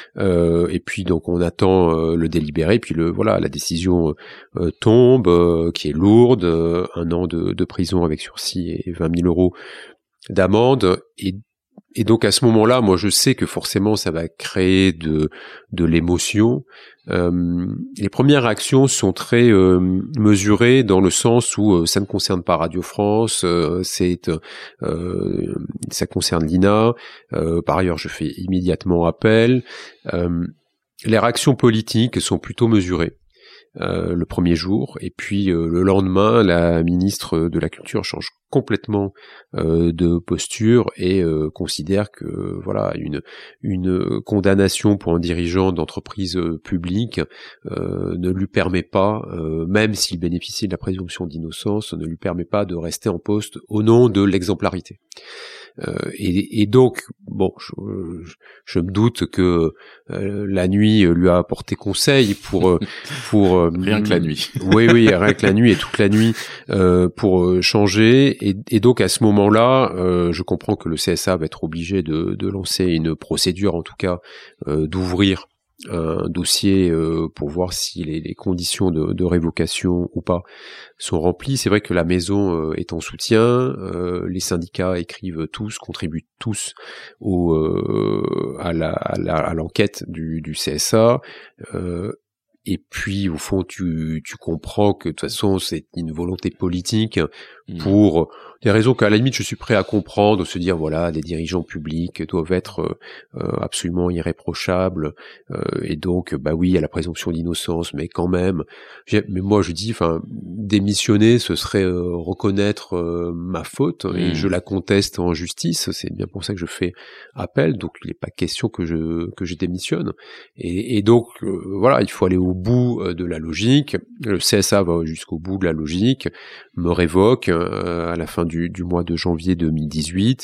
euh, et puis donc on attend euh, le délibéré, puis le voilà la décision euh, tombe, euh, qui est lourde, euh, un an de, de prison avec sursis et vingt mille euros d'amende, et et donc à ce moment-là, moi je sais que forcément ça va créer de de l'émotion. Euh, les premières réactions sont très euh, mesurées dans le sens où euh, ça ne concerne pas Radio France, euh, c'est euh, ça concerne l'I N A. Euh, par ailleurs, je fais immédiatement appel. Euh, les réactions politiques sont plutôt mesurées. Euh, le premier jour, et puis euh, le lendemain, la ministre de la Culture change complètement euh, de posture et euh, considère que voilà une une condamnation pour un dirigeant d'entreprise euh, publique euh, ne lui permet pas, euh, même s'il bénéficie de la présomption d'innocence, ne lui permet pas de rester en poste au nom de l'exemplarité. Euh, et, et donc, bon, je, je, je me doute que euh, la nuit lui a apporté conseil pour pour euh, rien que la nuit. oui, oui, rien que la nuit et toute la nuit euh, pour changer. Et, et donc à ce moment-là, euh, je comprends que le C S A va être obligé de, de lancer une procédure, en tout cas, euh, d'ouvrir un dossier euh, pour voir si les, les conditions de, de révocation ou pas sont remplies. C'est vrai que la maison euh, est en soutien, euh, les syndicats écrivent tous, contribuent tous au, euh, à, la, à, la, à l'enquête du, du C S A. Euh, et puis au fond, tu, tu comprends que de toute façon c'est une volonté politique pour des raisons qu'à la limite je suis prêt à comprendre, de se dire voilà, les dirigeants publics doivent être euh, absolument irréprochables, euh, et donc bah oui, il y a la présomption d'innocence, mais quand même, j'ai, mais moi je dis, enfin, démissionner, ce serait euh, reconnaître euh, ma faute, mmh. et je la conteste en justice. C'est bien pour ça que je fais appel, donc il n'est pas question que je que je démissionne. Et, et donc euh, voilà, il faut aller au bout euh, de la logique. Le C S A va jusqu'au bout de la logique, me révoque à la fin du, du mois de janvier deux mille dix-huit.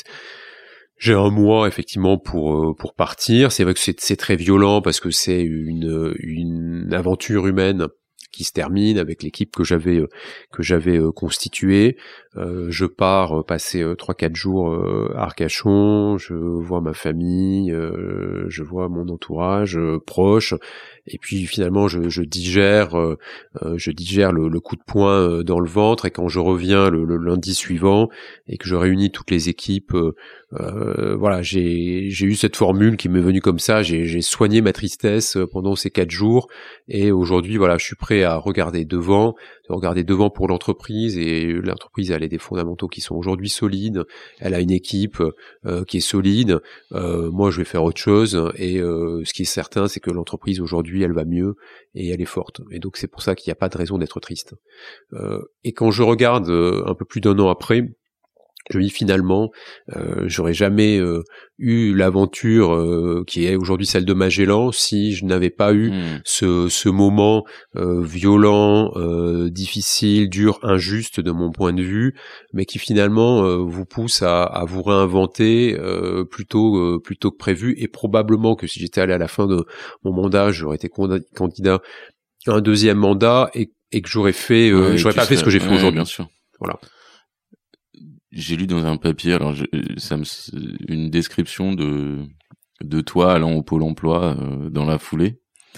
J'ai un mois effectivement pour pour partir. C'est vrai que c'est, c'est très violent parce que c'est une une aventure humaine qui se termine avec l'équipe que j'avais euh, que j'avais euh, constituée. Euh, je pars euh, passer euh, trois quatre jours euh, à Arcachon, je vois ma famille, euh, je vois mon entourage euh, proche, et puis finalement je, je digère euh, euh, je digère le, le coup de poing euh, dans le ventre, et quand je reviens le, le lundi suivant et que je réunis toutes les équipes, euh, euh, voilà, j'ai j'ai eu cette formule qui m'est venue comme ça, j'ai j'ai soigné ma tristesse pendant ces quatre jours, et aujourd'hui voilà, je suis prêt à regarder devant, de regarder devant pour l'entreprise, et l'entreprise elle a des fondamentaux qui sont aujourd'hui solides, elle a une équipe euh, qui est solide, euh, moi je vais faire autre chose, et euh, ce qui est certain c'est que l'entreprise aujourd'hui elle va mieux et elle est forte, et donc c'est pour ça qu'il n'y a pas de raison d'être triste. Euh, et quand je regarde euh, un peu plus d'un an après, je me dis finalement, euh, j'aurais jamais euh, eu l'aventure euh, qui est aujourd'hui celle de Magellan si je n'avais pas eu mmh. ce, ce moment euh, violent, euh, difficile, dur, injuste de mon point de vue, mais qui finalement euh, vous pousse à, à vous réinventer euh, plutôt euh, plutôt que prévu. Et probablement que si j'étais allé à la fin de mon mandat, j'aurais été candidat à un deuxième mandat, et, et que j'aurais fait, euh, ouais, j'aurais pas fait ce que j'ai fait ouais, aujourd'hui. Bien sûr. Voilà. J'ai lu dans un papier, alors je, ça me, une description de de toi allant au Pôle Emploi euh, dans la foulée.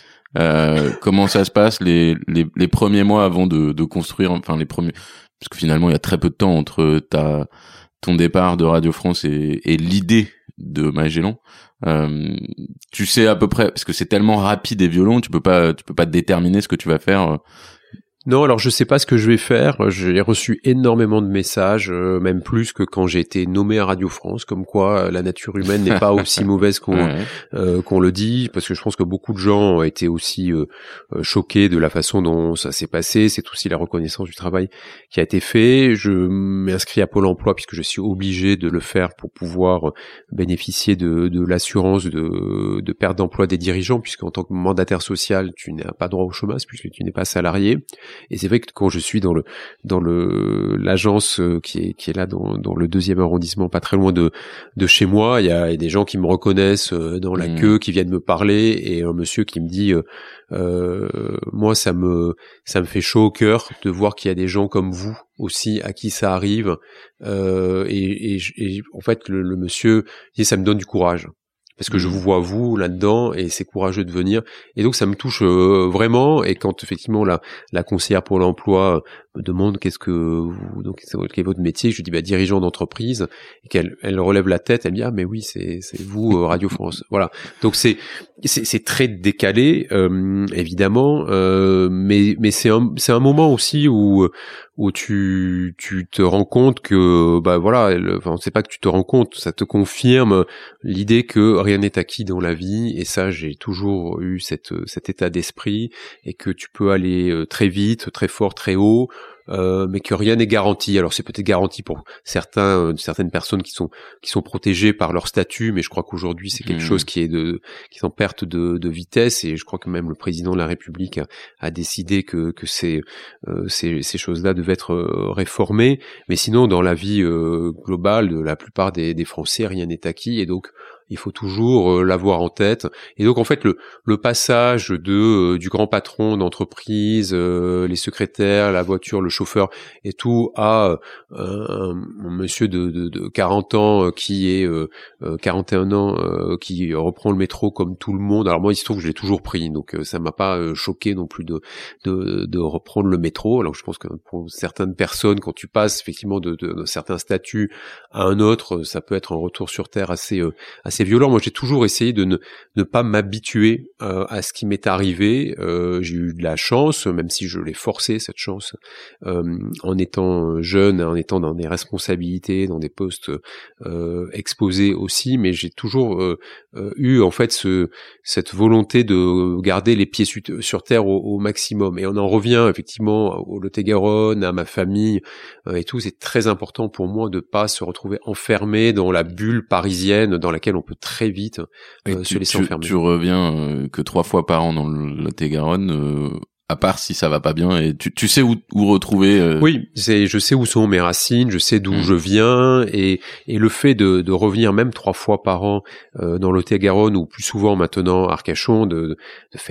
Euh, comment ça se passe les les les premiers mois avant de de construire, enfin les premiers, parce que finalement il y a très peu de temps entre ta ton départ de Radio France et, et l'idée de Magellan. Euh, tu sais à peu près, parce que c'est tellement rapide et violent, tu peux pas tu peux pas déterminer ce que tu vas faire. Euh, Non, alors je sais pas ce que je vais faire. J'ai reçu énormément de messages, euh, même plus que quand j'ai été nommé à Radio France, comme quoi euh, la nature humaine n'est pas aussi mauvaise qu'on ouais. euh, qu'on le dit, parce que je pense que beaucoup de gens ont été aussi euh, choqués de la façon dont ça s'est passé. C'est aussi la reconnaissance du travail qui a été fait. Je m'inscris à Pôle Emploi puisque je suis obligé de le faire pour pouvoir bénéficier de, de l'assurance de, de perte d'emploi des dirigeants, puisqu'en tant que mandataire social, tu n'as pas droit au chômage puisque tu n'es pas salarié. Et c'est vrai que quand je suis dans le dans le l'agence qui est qui est là dans dans le deuxième arrondissement, pas très loin de de chez moi, il y a, il y a des gens qui me reconnaissent dans la mmh. queue, qui viennent me parler, et un monsieur qui me dit euh, moi ça me ça me fait chaud au cœur de voir qu'il y a des gens comme vous aussi à qui ça arrive, euh, et, et, et en fait le, le monsieur dit ça me donne du courage. Parce que je vous vois vous là-dedans, et c'est courageux de venir, et donc ça me touche euh, vraiment. Et quand effectivement la la conseillère pour l'emploi me demande qu'est-ce que vous, donc quel est votre métier, je lui dis bah dirigeant d'entreprise, et qu'elle elle relève la tête, elle me dit ah mais oui c'est c'est vous euh, Radio France. Voilà, donc c'est c'est c'est très décalé euh, évidemment, euh, mais mais c'est un c'est un moment aussi où où tu tu te rends compte que bah voilà, elle, enfin c'est pas que tu te rends compte, ça te confirme l'idée que rien n'est acquis dans la vie, et ça j'ai toujours eu cette cet état d'esprit, et que tu peux aller très vite, très fort, très haut, euh, mais que rien n'est garanti. Alors c'est peut-être garanti pour certains, euh, certaines personnes qui sont qui sont protégées par leur statut, mais je crois qu'aujourd'hui c'est quelque mmh. chose qui est de qui est en perte de, de vitesse, et je crois que même le président de la République a, a décidé que que ces euh, ces, ces choses-là devaient être euh, réformées. Mais sinon dans la vie euh, globale de la plupart des, des Français, rien n'est acquis, et donc il faut toujours euh, l'avoir en tête. Et donc en fait le le passage de euh, du grand patron d'entreprise, euh, les secrétaires, la voiture, le chauffeur et tout, à euh, un, un monsieur de, de, de quarante ans euh, qui est euh, quarante et un ans euh, qui reprend le métro comme tout le monde. Alors moi il se trouve que je l'ai toujours pris, donc euh, ça m'a pas euh, choqué non plus de, de de reprendre le métro. Alors je pense que pour certaines personnes, quand tu passes effectivement de, de, de certains statuts à un autre, ça peut être un retour sur terre assez euh, assez C'est violent. Moi, j'ai toujours essayé de ne, ne pas m'habituer euh, à ce qui m'est arrivé. Euh, j'ai eu de la chance, même si je l'ai forcé, cette chance, euh, en étant jeune, en étant dans des responsabilités, dans des postes euh, exposés aussi. Mais j'ai toujours euh, euh, eu en fait ce, cette volonté de garder les pieds su- sur terre au, au maximum. Et on en revient effectivement au Lot-et-Garonne, à ma famille euh, et tout. C'est très important pour moi de pas se retrouver enfermé dans la bulle parisienne dans laquelle on peut très vite euh, tu, se laisser tu, enfermer. Tu reviens euh, que trois fois par an dans le Lot-et-Garonne, euh, à part si ça va pas bien, et tu, tu sais où, où retrouver. Euh... Oui, c'est, je sais où sont mes racines, je sais d'où mmh. je viens, et, et le fait de, de revenir même trois fois par an euh, dans le Lot-et-Garonne, ou plus souvent maintenant à Arcachon, de, de faire mes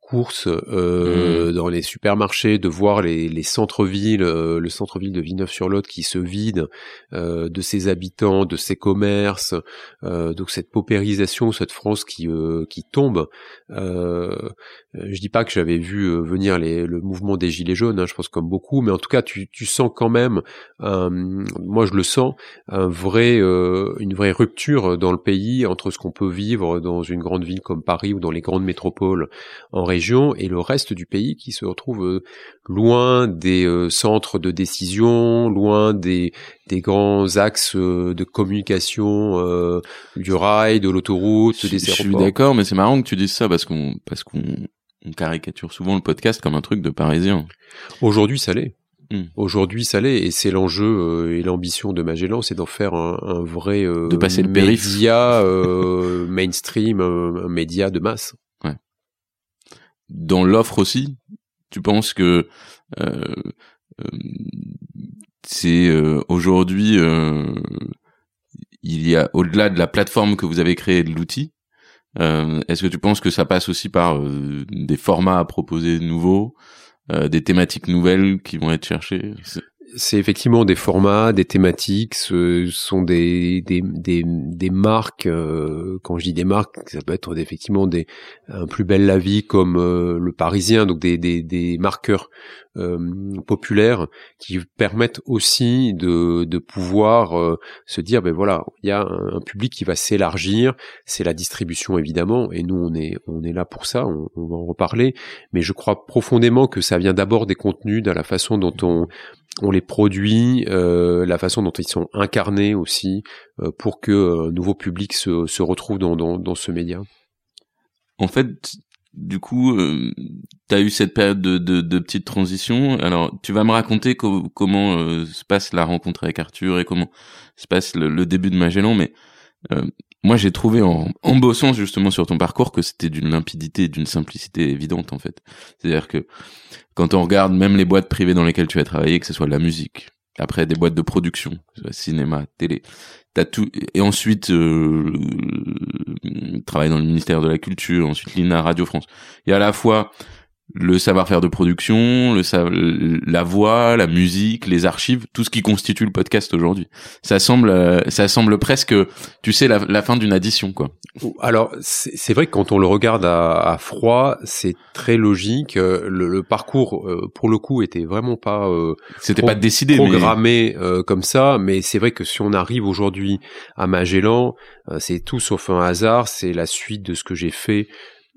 courses euh, mmh. dans les supermarchés, de voir les, les centres-villes, euh, le centre-ville de Villeneuve-sur-Lot qui se vide euh, de ses habitants, de ses commerces, euh, donc cette paupérisation, cette France qui euh, qui tombe. Euh, je dis pas que j'avais vu venir les, le mouvement des Gilets jaunes, hein, je pense comme beaucoup, mais en tout cas tu, tu sens quand même, un, moi je le sens, un vrai, euh, une vraie rupture dans le pays entre ce qu'on peut vivre dans une grande ville comme Paris ou dans les grandes métropoles en région et le reste du pays qui se retrouve euh, loin des euh, centres de décision, loin des, des grands axes euh, de communication euh, du rail, de l'autoroute, je, des je aéroports. Je suis d'accord, mais c'est marrant que tu dises ça parce qu'on parce qu'on on caricature souvent le podcast comme un truc de Parisien. Aujourd'hui, ça l'est. Mmh. Aujourd'hui, ça l'est, et c'est l'enjeu euh, et l'ambition de Magellan, c'est d'en faire un, un vrai euh, de passer le média euh, mainstream, un, un média de masse. Ouais. Dans l'offre aussi, tu penses que euh, euh, c'est euh, aujourd'hui, euh, il y a au-delà de la plateforme que vous avez créée, de l'outil. Euh, est-ce que tu penses que ça passe aussi par euh, des formats à proposer nouveaux? Euh, des thématiques nouvelles qui vont être cherchées? C'est... c'est effectivement des formats, des thématiques, ce sont des des des, des marques. Euh, quand je dis des marques, ça peut être effectivement des un Plus belle la vie comme euh, le Parisien, donc des des des marqueurs euh, populaires qui permettent aussi de de pouvoir euh, se dire ben voilà, il y a un, un public qui va s'élargir. C'est la distribution évidemment, et nous on est on est là pour ça. On, on va en reparler, mais je crois profondément que ça vient d'abord des contenus, de la façon dont on on les produit, euh, la façon dont ils sont incarnés aussi, euh, pour que un nouveau public se, se retrouve dans, dans, dans ce média. En fait, du coup, euh, tu as eu cette période de, de, de petite transition. Alors, tu vas me raconter co- comment euh, se passe la rencontre avec Arthur et comment se passe le, le début de Magellan, mais euh, moi, j'ai trouvé en, en bossant justement sur ton parcours que c'était d'une limpidité, d'une simplicité évidente en fait. C'est-à-dire que quand on regarde même les boîtes privées dans lesquelles tu as travaillé, que ce soit de la musique, après des boîtes de production, que ce soit cinéma, télé, t'as tout, et ensuite euh, travailler dans le ministère de la Culture, ensuite l'I N A, Radio France. Il y a à la fois le savoir-faire de production, le sa- la voix, la musique, les archives, tout ce qui constitue le podcast aujourd'hui. Ça semble, euh, ça semble presque, tu sais, la, la fin d'une addition, quoi. Alors, c'est, c'est vrai que quand on le regarde à, à froid, c'est très logique. Le, le parcours, euh, pour le coup, était vraiment pas, euh, c'était pro- pas décidé, programmé mais... euh, comme ça. Mais c'est vrai que si on arrive aujourd'hui à Magellan, euh, c'est tout sauf un hasard. C'est la suite de ce que j'ai fait.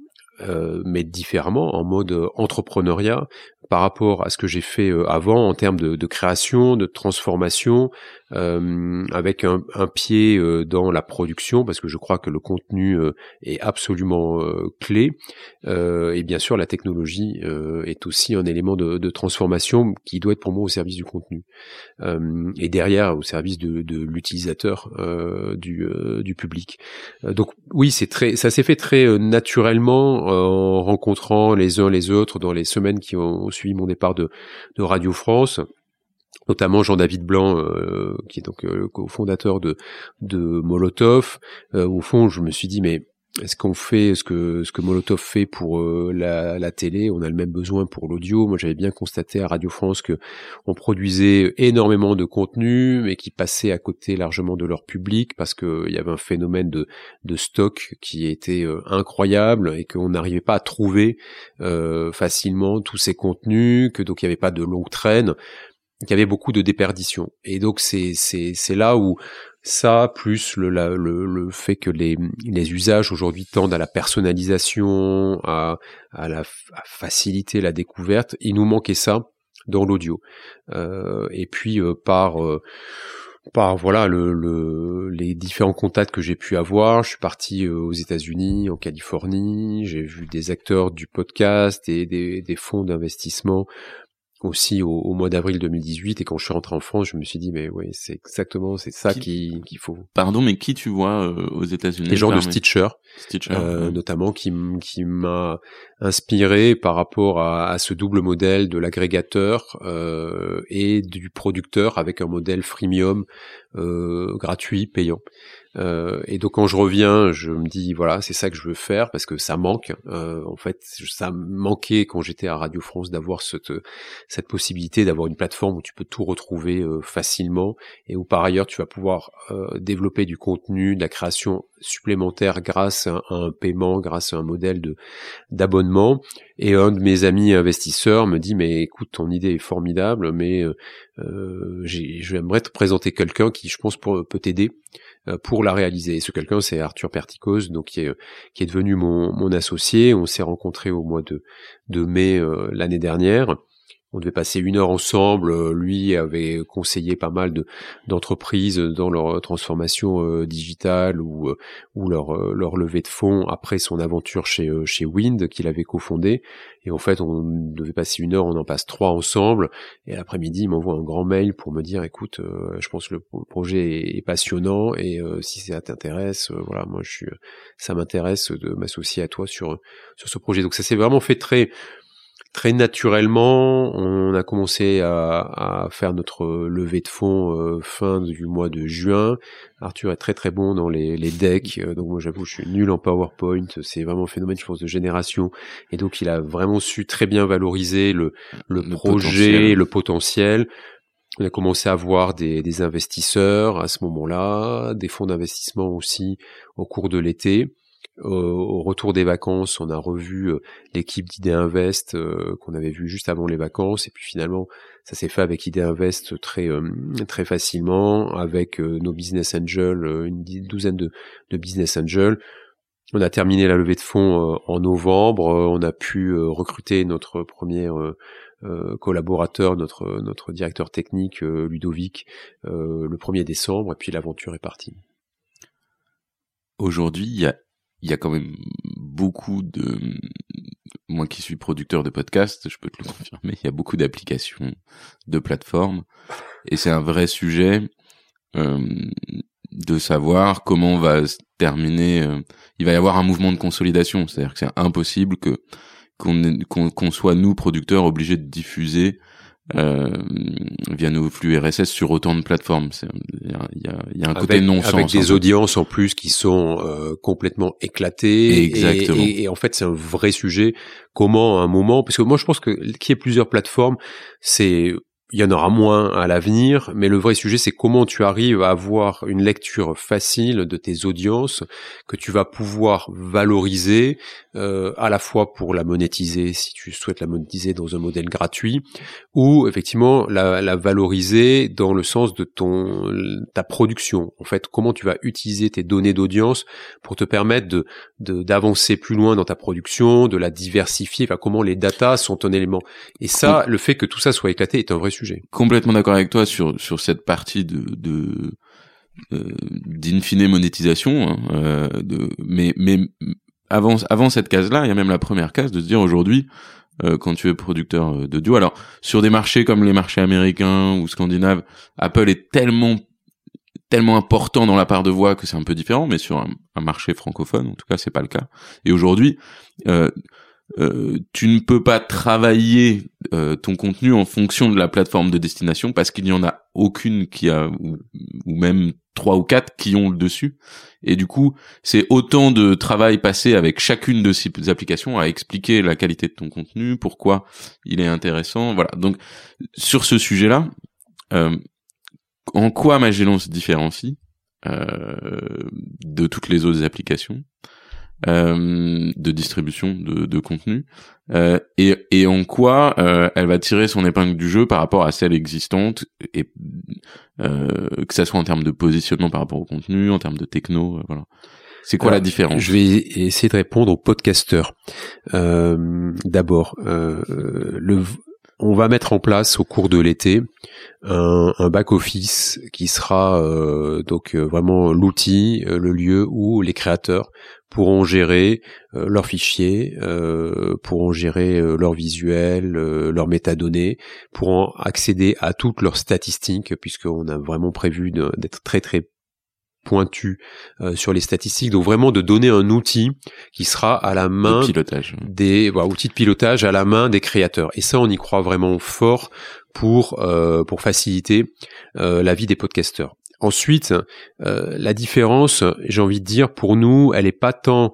Euh, mais différemment, en mode entrepreneuriat, par rapport à ce que j'ai fait euh, avant en termes de, de création, de transformation, euh, avec un, un pied euh, dans la production, parce que je crois que le contenu euh, est absolument euh, clé, euh, et bien sûr la technologie euh, est aussi un élément de, de transformation qui doit être pour moi au service du contenu, euh, et derrière au service de, de l'utilisateur, euh, du, euh, du public. Euh, donc oui, c'est très, ça s'est fait très euh, naturellement, en rencontrant les uns les autres dans les semaines qui ont suivi mon départ de, de Radio France, notamment Jean-David Blanc, euh, qui est donc euh, cofondateur de, de Molotov. Euh, au fond, je me suis dit, mais est-ce qu'on fait ce que ce que Molotov fait pour euh, la, la télé? On a le même besoin pour l'audio. Moi, j'avais bien constaté à Radio France que on produisait énormément de contenu, mais qui passait à côté largement de leur public parce que il y avait un phénomène de de stock qui était euh, incroyable et qu'on n'arrivait pas à trouver euh, facilement tous ces contenus, que donc il n'y avait pas de longue traîne, qu'il y avait beaucoup de déperdition. Et donc c'est c'est c'est là où ça, plus le, la, le, le fait que les, les usages aujourd'hui tendent à la personnalisation, à, à, la, à faciliter la découverte, il nous manquait ça dans l'audio. Euh, et puis euh, par euh, par voilà le, le, les différents contacts que j'ai pu avoir, je suis parti euh, aux États-Unis, en Californie, j'ai vu des acteurs du podcast et des, des fonds d'investissement aussi au, au mois d'avril deux mille dix-huit, et quand je suis rentré en France, je me suis dit mais oui, c'est exactement c'est ça qui, qui, qu'il faut. Pardon, mais qui tu vois euh, aux États-Unis? Les gens de Stitcher, Stitcher euh, ouais. notamment, qui qui m'a inspiré par rapport à, à ce double modèle de l'agrégateur euh, et du producteur avec un modèle freemium euh, gratuit, payant. Euh, et donc quand je reviens, je me dis voilà, c'est ça que je veux faire parce que ça manque. Euh, en fait, ça manquait quand j'étais à Radio France d'avoir cette cette possibilité d'avoir une plateforme où tu peux tout retrouver euh, facilement et où par ailleurs tu vas pouvoir euh, développer du contenu, de la création supplémentaire grâce à un paiement, grâce à un modèle de d'abonnement. Et un de mes amis investisseurs me dit mais écoute, ton idée est formidable, mais euh, j'ai, j'aimerais te présenter quelqu'un qui je pense pour, peut t'aider pour la réaliser. Et ce quelqu'un, c'est Arthur Perticos, donc qui est, qui est devenu mon, mon associé. On s'est rencontrés au mois de, de mai euh, l'année dernière. On devait passer une heure ensemble. Lui avait conseillé pas mal de d'entreprises dans leur transformation euh, digitale ou euh, ou leur euh, leur levée de fonds après son aventure chez euh, chez Wind qu'il avait cofondé. Et en fait, on devait passer une heure, on en passe trois ensemble. Et l'après-midi, il m'envoie un grand mail pour me dire, écoute, euh, je pense que le projet est, est passionnant et euh, si ça t'intéresse, euh, voilà, moi je suis, ça m'intéresse de m'associer à toi sur sur ce projet. Donc ça s'est vraiment fait très Très naturellement, on a commencé à, à faire notre levée de fonds euh, fin du mois de juin. Arthur est très très bon dans les, les decks, euh, donc moi j'avoue je suis nul en PowerPoint, c'est vraiment un phénomène je pense de génération, et donc il a vraiment su très bien valoriser le, le, le projet, potentiel. le potentiel. On a commencé à voir des, des investisseurs à ce moment-là, des fonds d'investissement aussi au cours de l'été. Euh, au retour des vacances, on a revu euh, l'équipe d'Idée Invest euh, qu'on avait vu juste avant les vacances, et puis finalement ça s'est fait avec Idée Invest très euh, très facilement, avec euh, nos business angels, euh, une douzaine de, de business angels. On a terminé la levée de fonds euh, en novembre, euh, on a pu euh, recruter notre premier euh, euh, collaborateur, notre notre directeur technique euh, Ludovic euh, le premier décembre, et puis l'aventure est partie. Aujourd'hui, il y a il y a quand même beaucoup de, moi qui suis producteur de podcasts, je peux te le confirmer, il y a beaucoup d'applications, de plateformes, et c'est un vrai sujet euh, de savoir comment on va se terminer. Euh, il va y avoir un mouvement de consolidation, c'est-à-dire que c'est impossible que qu'on, qu'on, qu'on soit nous producteurs obligés de diffuser Euh, via nos flux R S S sur autant de plateformes. Il y a, y, a, y a un côté avec, non-sens. Avec des audiences en plus qui sont euh, complètement éclatées. Exactement. Et, et, et en fait, c'est un vrai sujet. Comment, à un moment, parce que moi, je pense que qu'il y ait plusieurs plateformes, c'est... Il y en aura moins à l'avenir, mais le vrai sujet, c'est comment tu arrives à avoir une lecture facile de tes audiences que tu vas pouvoir valoriser euh, à la fois pour la monétiser, si tu souhaites la monétiser dans un modèle gratuit, ou effectivement la, la valoriser dans le sens de ton ta production. En fait, comment tu vas utiliser tes données d'audience pour te permettre de, de d'avancer plus loin dans ta production, de la diversifier. Enfin, comment les datas sont un élément. Et ça, le fait que tout ça soit éclaté est un vrai sujet. Sujet. Complètement d'accord avec toi sur sur cette partie de de euh, d'in fine monétisation, hein, euh, de mais mais avant avant cette case-là, il y a même la première case de se dire aujourd'hui euh, quand tu es producteur d'audio. Alors sur des marchés comme les marchés américains ou scandinaves, Apple est tellement tellement important dans la part de voix que c'est un peu différent, mais sur un, un marché francophone, en tout cas, c'est pas le cas. Et aujourd'hui, euh, Euh, tu ne peux pas travailler euh, ton contenu en fonction de la plateforme de destination parce qu'il n'y en a aucune qui a ou, ou même trois ou quatre qui ont le dessus, et du coup c'est autant de travail passé avec chacune de ces applications à expliquer la qualité de ton contenu, pourquoi il est intéressant, voilà. Donc sur ce sujet-là, euh, en quoi Magellan se différencie euh, de toutes les autres applications Euh, de distribution de, de contenu euh, et, et en quoi euh, elle va tirer son épingle du jeu par rapport à celle existante, et euh, que ça soit en termes de positionnement par rapport au contenu, en termes de techno, euh, voilà. C'est quoi Alors, la différence? Je vais essayer de répondre aux podcasteurs. Euh, d'abord, euh, le on va mettre en place au cours de l'été un, un back-office qui sera euh, donc euh, vraiment l'outil, euh, le lieu où les créateurs pourront gérer euh, leurs fichiers, euh, pourront gérer euh, leurs visuels, euh, leurs métadonnées, pourront accéder à toutes leurs statistiques, puisqu'on a vraiment prévu de, d'être très très pointu euh, sur les statistiques, donc vraiment de donner un outil qui sera à la main de pilotage. des voilà, outils de pilotage à la main des créateurs. Et ça, on y croit vraiment fort pour euh, pour faciliter euh, la vie des podcasteurs. Ensuite, euh, la différence, j'ai envie de dire, pour nous, elle est pas tant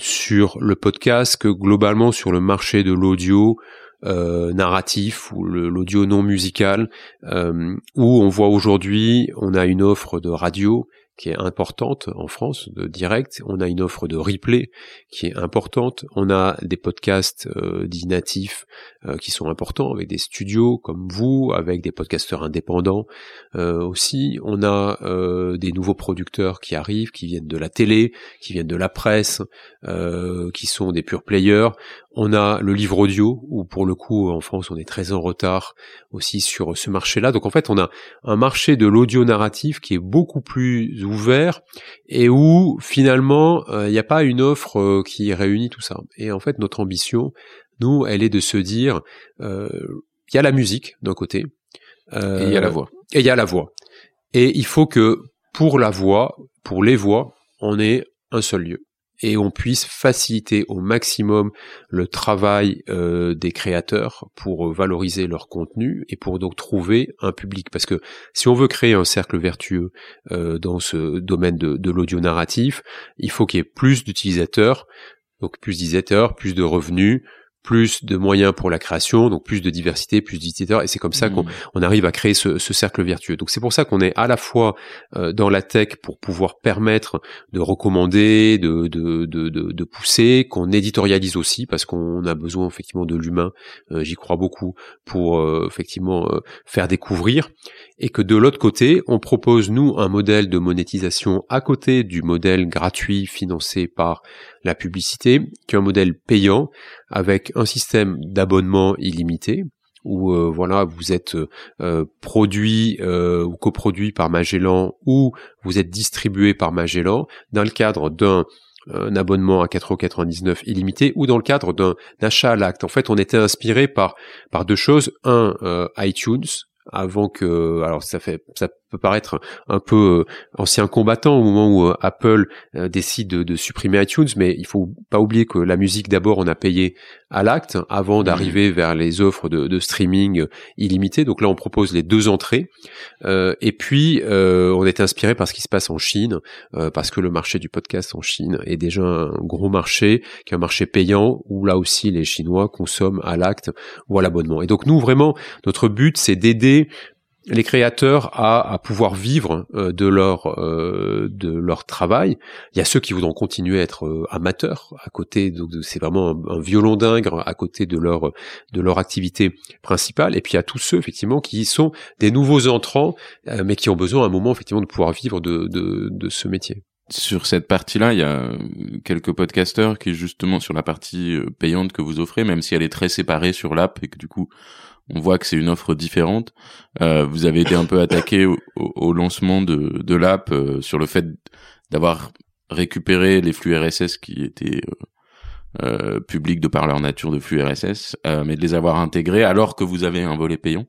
sur le podcast que globalement sur le marché de l'audio euh, narratif ou le, l'audio non musical, euh, où on voit aujourd'hui, on a une offre de radio qui est importante en France, de direct, on a une offre de replay qui est importante, on a des podcasts euh, dits natifs euh, qui sont importants, avec des studios comme vous, avec des podcasteurs indépendants euh, aussi, on a euh, des nouveaux producteurs qui arrivent, qui viennent de la télé, qui viennent de la presse, euh, qui sont des pure players, on a le livre audio, où pour le coup en France on est très en retard aussi sur ce marché-là, donc en fait on a un marché de l'audio narratif qui est beaucoup plus ouvert et où finalement il euh, n'y a pas une offre euh, qui réunit tout ça. Et en fait notre ambition, nous, elle est de se dire, il euh, y a la musique d'un côté, euh, et il y a la voix, et il y a la voix, et il faut que pour la voix, pour les voix, on ait un seul lieu. Et on puisse faciliter au maximum le travail euh, des créateurs pour valoriser leur contenu et pour donc trouver un public. Parce que si on veut créer un cercle vertueux euh, dans ce domaine de, de l'audio narratif, il faut qu'il y ait plus d'utilisateurs, donc plus d'utilisateurs, plus de revenus, plus de moyens pour la création, donc plus de diversité, plus d'utilisateurs, et c'est comme ça mmh. qu'on on arrive à créer ce, ce cercle vertueux. Donc c'est pour ça qu'on est à la fois euh, dans la tech pour pouvoir permettre de recommander, de, de, de, de, de pousser, qu'on éditorialise aussi, parce qu'on a besoin effectivement de l'humain, euh, j'y crois beaucoup, pour euh, effectivement euh, faire découvrir, et que de l'autre côté, on propose nous un modèle de monétisation à côté du modèle gratuit financé par la publicité, qui est un modèle payant, avec un système d'abonnement illimité, où euh, voilà, vous êtes euh, produit euh, ou coproduit par Magellan, ou vous êtes distribué par Magellan, dans le cadre d'un un abonnement à quatre euros quatre-vingt-dix-neuf illimité, ou dans le cadre d'un achat à l'acte. En fait, on était inspiré par par deux choses. Un, euh, iTunes, avant que, alors ça fait, ça peut paraître un peu euh, ancien combattant au moment où euh, Apple euh, décide de, de supprimer iTunes, mais il faut pas oublier que la musique d'abord on a payé à l'acte avant d'arriver vers les offres de, de streaming illimitées. Donc là on propose les deux entrées, euh, et puis euh, on est inspiré par ce qui se passe en Chine, euh, parce que le marché du podcast en Chine est déjà un gros marché, qui est un marché payant où là aussi les Chinois consomment à l'acte ou à l'abonnement. Et donc nous vraiment notre but c'est d'aider les créateurs à, à pouvoir vivre euh, de leur euh, de leur travail. Il y a ceux qui voudront continuer à être euh, amateurs à côté, donc c'est vraiment un, un violon d'ingre à côté de leur de leur activité principale. Et puis il y a tous ceux effectivement qui sont des nouveaux entrants, euh, mais qui ont besoin à un moment effectivement de pouvoir vivre de de, de ce métier. Sur cette partie-là, il y a quelques podcasteurs qui justement sur la partie payante que vous offrez, même si elle est très séparée sur l'app et que du coup on voit que c'est une offre différente. Euh, vous avez été un peu attaqué au, au lancement de, de l'app euh, sur le fait d'avoir récupéré les flux R S S qui étaient euh, euh, publics de par leur nature de flux R S S, euh, mais de les avoir intégrés alors que vous avez un volet payant.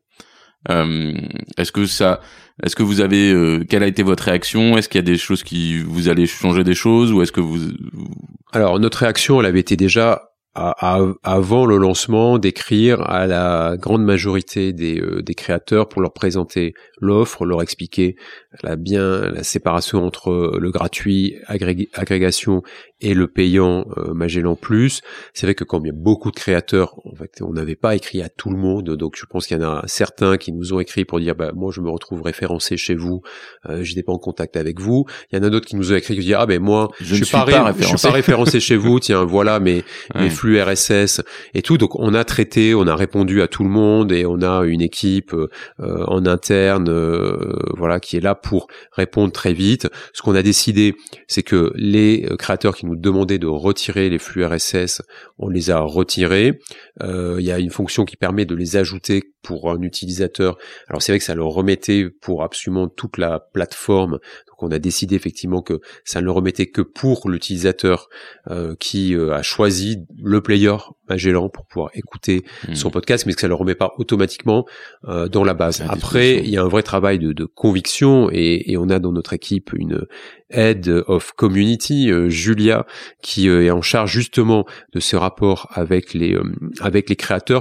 Euh, est-ce que ça, est-ce que vous avez, euh, quelle a été votre réaction? Est-ce qu'il y a des choses qui, vous allez changer des choses ou est-ce que vous, vous... Alors notre réaction, elle avait été déjà À, à, avant le lancement, d'écrire à la grande majorité des, euh, des créateurs pour leur présenter l'offre, leur expliquer la, bien la séparation entre le gratuit, agrég- agrégation et le payant euh, Magellan Plus. C'est vrai que quand il y a beaucoup de créateurs, en fait, on n'avait pas écrit à tout le monde, donc je pense qu'il y en a certains qui nous ont écrit pour dire bah moi je me retrouve référencé chez vous, euh, je n'étais pas en contact avec vous. Il y en a d'autres qui nous ont écrit qui disent ah ben moi je, je suis pas, ré- pas je suis pas référencé chez vous, tiens voilà mes ouais. mes flux R S S et tout. Donc on a traité, on a répondu à tout le monde et on a une équipe euh, en interne euh, voilà qui est là pour répondre très vite. Ce qu'on a décidé, c'est que les créateurs qui nous demandaient de retirer les flux R S S, on les a retirés. Euh, il y a une fonction qui permet de les ajouter pour un utilisateur. Alors c'est vrai que ça le remettait pour absolument toute la plateforme. Donc on a décidé effectivement que ça ne le remettait que pour l'utilisateur euh, qui euh, a choisi le player Magellan pour pouvoir écouter mmh. son podcast, mais que ça ne le remet pas automatiquement euh, dans la base. La Après, il y a un vrai travail de, de conviction et, et on a dans notre équipe une Head of Community, euh, Julia, qui euh, est en charge justement de ce rapport avec les euh, avec les créateurs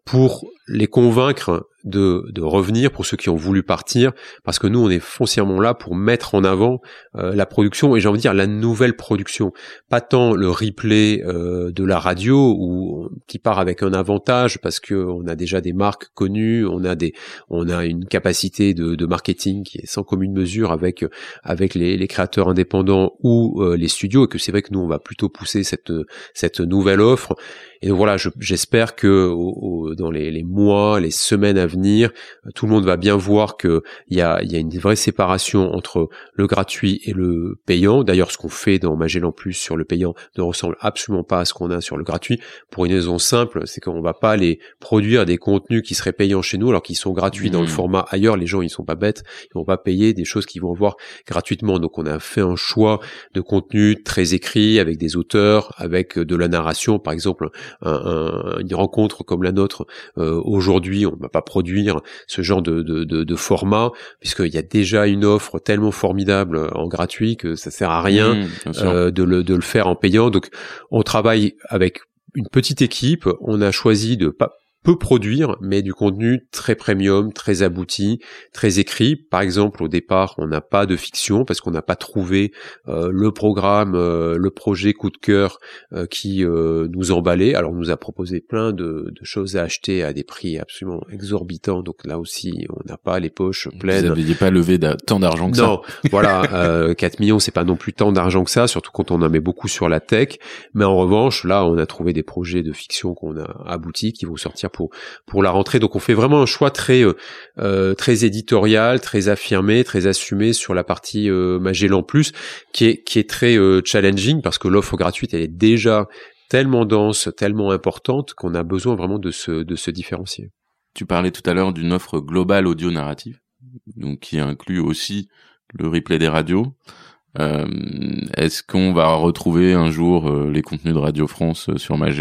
pour les convaincre de, de revenir, pour ceux qui ont voulu partir, parce que nous, on est foncièrement là pour mettre en avant euh, la production, et j'ai envie de dire la nouvelle production. Pas tant le replay euh, de la radio, où, qui part avec un avantage, parce que on a déjà des marques connues, on a des, on a une capacité de, de marketing qui est sans commune mesure avec avec les, les créateurs indépendants ou euh, les studios, et que c'est vrai que nous, on va plutôt pousser cette cette nouvelle offre. Et donc voilà, je, j'espère que au, au, dans les, les mois, les semaines à venir, tout le monde va bien voir que il y a, il y a une vraie séparation entre le gratuit et le payant. D'ailleurs, ce qu'on fait dans Magellan Plus sur le payant ne ressemble absolument pas à ce qu'on a sur le gratuit, pour une raison simple, c'est qu'on va pas aller produire des contenus qui seraient payants chez nous alors qu'ils sont gratuits mmh. dans le format ailleurs. Les gens, ils sont pas bêtes, ils vont pas payer des choses qu'ils vont voir gratuitement. Donc on a fait un choix de contenu très écrit, avec des auteurs, avec de la narration, par exemple. Un, un, une rencontre comme la nôtre euh, aujourd'hui, on ne va pas produire ce genre de, de, de, de format, puisqu'il y a déjà une offre tellement formidable en gratuit que ça sert à rien mmh, euh, de, le, de le faire en payant. Donc on travaille avec une petite équipe, on a choisi de pas peu produire, mais du contenu très premium, très abouti, très écrit. Par exemple, au départ, on n'a pas de fiction parce qu'on n'a pas trouvé euh, le programme, euh, le projet coup de cœur euh, qui euh, nous emballait. Alors, on nous a proposé plein de, de choses à acheter à des prix absolument exorbitants. Donc là aussi, on n'a pas les poches pleines. Vous n'aviez pas levé d'a- tant d'argent que non, ça. Non, voilà, euh, quatre millions, c'est pas non plus tant d'argent que ça, surtout quand on en met beaucoup sur la tech. Mais en revanche, là, on a trouvé des projets de fiction qu'on a aboutis qui vont sortir pour pour la rentrée. Donc on fait vraiment un choix très euh, très éditorial, très affirmé, très assumé sur la partie euh, Magellan Plus, qui est qui est très euh, challenging, parce que l'offre gratuite, elle est déjà tellement dense, tellement importante qu'on a besoin vraiment de se de se différencier. Tu parlais tout à l'heure d'une offre globale audio narrative, donc qui inclut aussi le replay des radios. Euh, est-ce qu'on va retrouver un jour euh, les contenus de Radio France euh, sur Magellan ?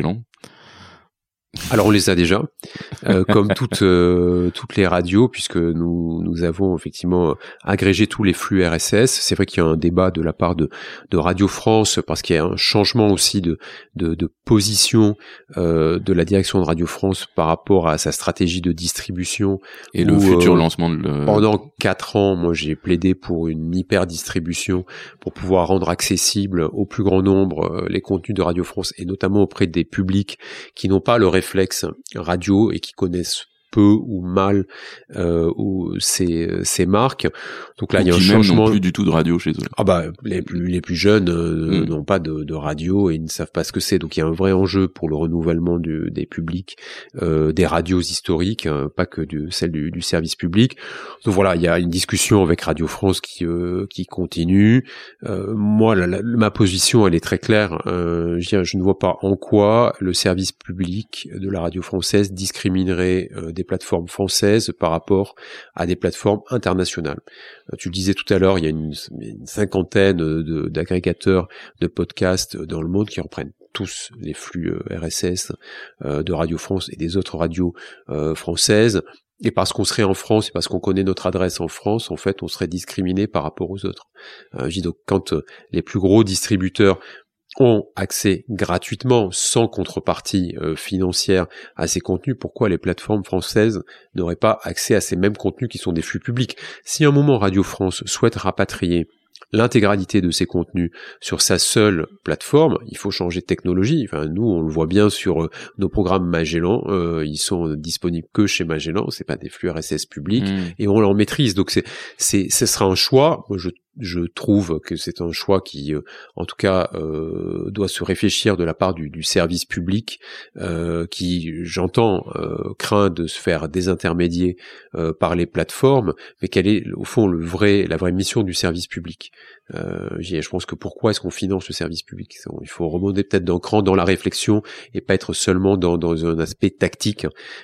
Alors on les a déjà, euh, comme toutes euh, toutes les radios, puisque nous nous avons effectivement agrégé tous les flux R S S. C'est vrai qu'il y a un débat de la part de de Radio France, parce qu'il y a un changement aussi de de, de position euh, de la direction de Radio France par rapport à sa stratégie de distribution et où, le futur euh, lancement de le... pendant quatre ans, moi j'ai plaidé pour une hyper distribution pour pouvoir rendre accessible au plus grand nombre euh, les contenus de Radio France, et notamment auprès des publics qui n'ont pas le réflexe radio et qui connaissent peu ou mal euh, ou ces ces marques. Donc là, ou il y a un changement. N'ont plus du tout de radio chez eux. Ah bah les plus les plus jeunes euh, mmh. n'ont pas de, de radio et ils ne savent pas ce que c'est. Donc il y a un vrai enjeu pour le renouvellement du, des publics, euh, des radios historiques, hein, pas que du, celle du, du service public. Donc voilà, il y a une discussion avec Radio France qui euh, qui continue. Euh, moi, la, la, ma position, elle est très claire. Euh, je, je ne vois pas en quoi le service public de la radio française discriminerait euh, des plateformes françaises par rapport à des plateformes internationales. Tu le disais tout à l'heure, il y a une, une cinquantaine de, d'agrégateurs de podcasts dans le monde qui reprennent tous les flux R S S de Radio France et des autres radios françaises. Et parce qu'on serait en France et parce qu'on connaît notre adresse en France, en fait, on serait discriminé par rapport aux autres. Je dis donc, quand les plus gros distributeurs ont accès gratuitement, sans contrepartie euh, financière à ces contenus, pourquoi les plateformes françaises n'auraient pas accès à ces mêmes contenus qui sont des flux publics ? Si à un moment Radio France souhaite rapatrier l'intégralité de ces contenus sur sa seule plateforme, il faut changer de technologie. Enfin, nous, on le voit bien sur euh, nos programmes Magellan, euh, ils sont disponibles que chez Magellan, c'est pas des flux R S S publics, mmh. et on l'en maîtrise. Donc c'est, c'est, ce sera un choix. Moi, je Je trouve que c'est un choix qui, euh, en tout cas, euh, doit se réfléchir de la part du, du service public, euh, qui, j'entends, euh, craint de se faire désintermédier euh, par les plateformes, mais quelle est, au fond, le vrai, la vraie mission du service public ? Euh, je pense que pourquoi est-ce qu'on finance le service public ? Il faut remonter peut-être d'un cran dans la réflexion et pas être seulement dans, dans un aspect tactique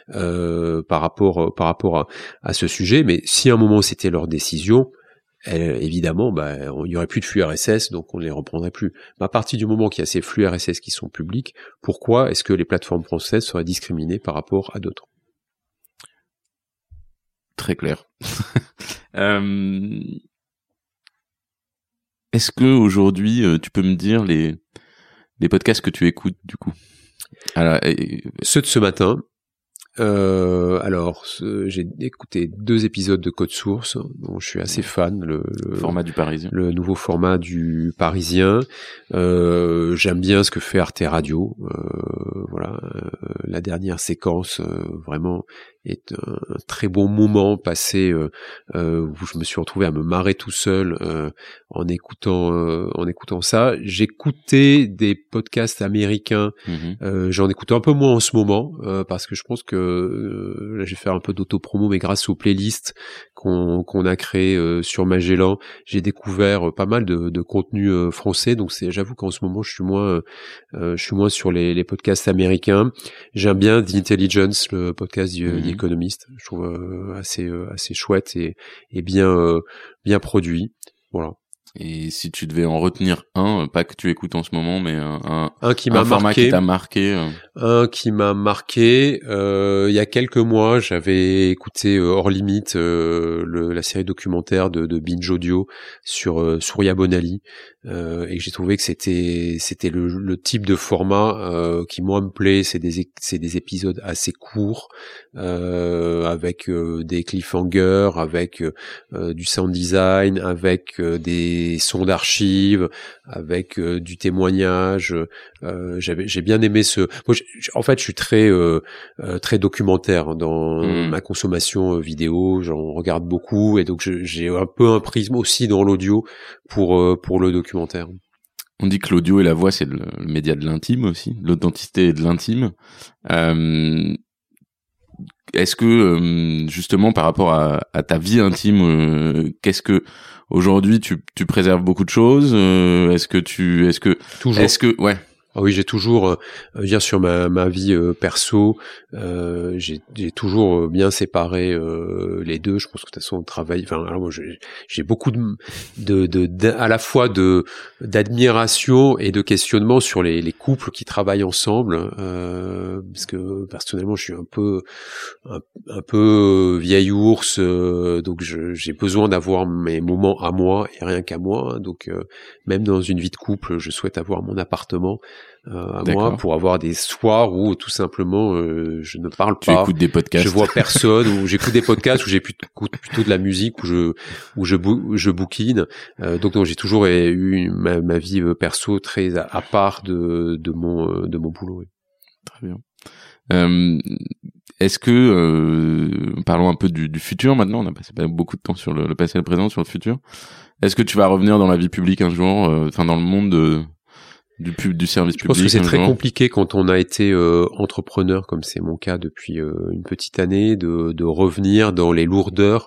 euh, par rapport, par rapport à, à ce sujet. Mais si à un moment c'était leur décision, Elle, évidemment, bah, il n'y aurait plus de flux R S S, donc on ne les reprendrait plus. Mais à partir du moment qu'il y a ces flux R S S qui sont publics, pourquoi est-ce que les plateformes françaises seraient discriminées par rapport à d'autres ? Très clair. euh... Est-ce que aujourd'hui, tu peux me dire les les podcasts que tu écoutes du coup ? Alors, et... Ceux de ce matin. Euh, alors, ce, j'ai écouté deux épisodes de Code Source, dont je suis assez fan. Le, le format du Parisien. Le nouveau format du Parisien. Euh, j'aime bien ce que fait Arte Radio. Euh, voilà, euh, la dernière séquence, euh, vraiment, est un, un très bon moment passé euh, euh, où je me suis retrouvé à me marrer tout seul euh, en écoutant euh, en écoutant ça. J'écoutais des podcasts américains. Mmh. Euh, j'en écoute un peu moins en ce moment euh, parce que je pense que euh, là, je vais faire un peu d'autopromo, mais grâce aux playlists qu'on qu'on a créées euh, sur Magellan, j'ai découvert euh, pas mal de, de contenu euh, français. Donc c'est, j'avoue qu'en ce moment, je suis moins euh, je suis moins sur les, les podcasts américains. J'aime bien The Intelligence, le podcast du mmh. Economist. Je trouve euh, assez euh, assez chouette et, et bien euh, bien produit. Voilà. Et si tu devais en retenir un, pas que tu écoutes en ce moment, mais un, un, un qui m'a un format marqué, qui t'a marqué. Euh... Un qui m'a marqué. Euh, il y a quelques mois, j'avais écouté euh, Hors Limite, euh, le, la série documentaire de, de Binge Audio sur euh, Surya Bonali, euh, et j'ai trouvé que c'était c'était le, le type de format euh, qui moi me plaît. C'est des c'est des épisodes assez courts, euh, avec euh, des cliffhangers, avec euh, du sound design, avec euh, des sons d'archives, avec euh, du témoignage. Euh, j'avais j'ai bien aimé ce. Moi, en fait, je suis très euh, euh, très documentaire dans mmh. ma consommation vidéo. J'en regarde beaucoup et donc je, j'ai un peu un prisme aussi dans l'audio pour euh, pour le documentaire. On dit que l'audio et la voix, c'est le, le média de l'intime aussi, de l'authenticité et de l'intime. Euh, est-ce que euh, justement par rapport à, à ta vie intime, euh, qu'est-ce que aujourd'hui tu, tu préserves beaucoup de choses euh, Est-ce que tu, est-ce que, toujours, est-ce que, ouais. Ah oui, j'ai toujours, euh, dire sur ma, ma vie euh, perso, euh, j'ai, j'ai toujours bien séparé euh, les deux. Je pense que de toute façon, on travaille. Enfin, alors moi, j'ai, j'ai beaucoup de, de, de, de, à la fois de d'admiration et de questionnement sur les, les couples qui travaillent ensemble, euh, parce que personnellement, je suis un peu, un, un peu vieil ours, euh, donc je, j'ai besoin d'avoir mes moments à moi et rien qu'à moi. Donc, euh, même dans une vie de couple, je souhaite avoir mon appartement. Euh, à D'accord. moi pour avoir des soirs où tout simplement euh, je ne parle tu pas, écoutes des podcasts, je vois personne, ou j'écoute des podcasts où j'écoute plutôt de la musique, où je où je bou- je bouquine. Euh, donc non, j'ai toujours eu ma, ma vie perso très à, à part de de mon de mon boulot. Oui. Très bien. Euh, est-ce que euh, parlons un peu du, du futur maintenant. On a passé beaucoup de temps sur le, le passé et le présent, sur le futur. Est-ce que tu vas revenir dans la vie publique un jour, enfin euh, dans le monde de Du, pub, du service public. Je pense que c'est très genre. compliqué quand on a été euh, entrepreneur, comme c'est mon cas depuis euh, une petite année, de, de revenir dans les lourdeurs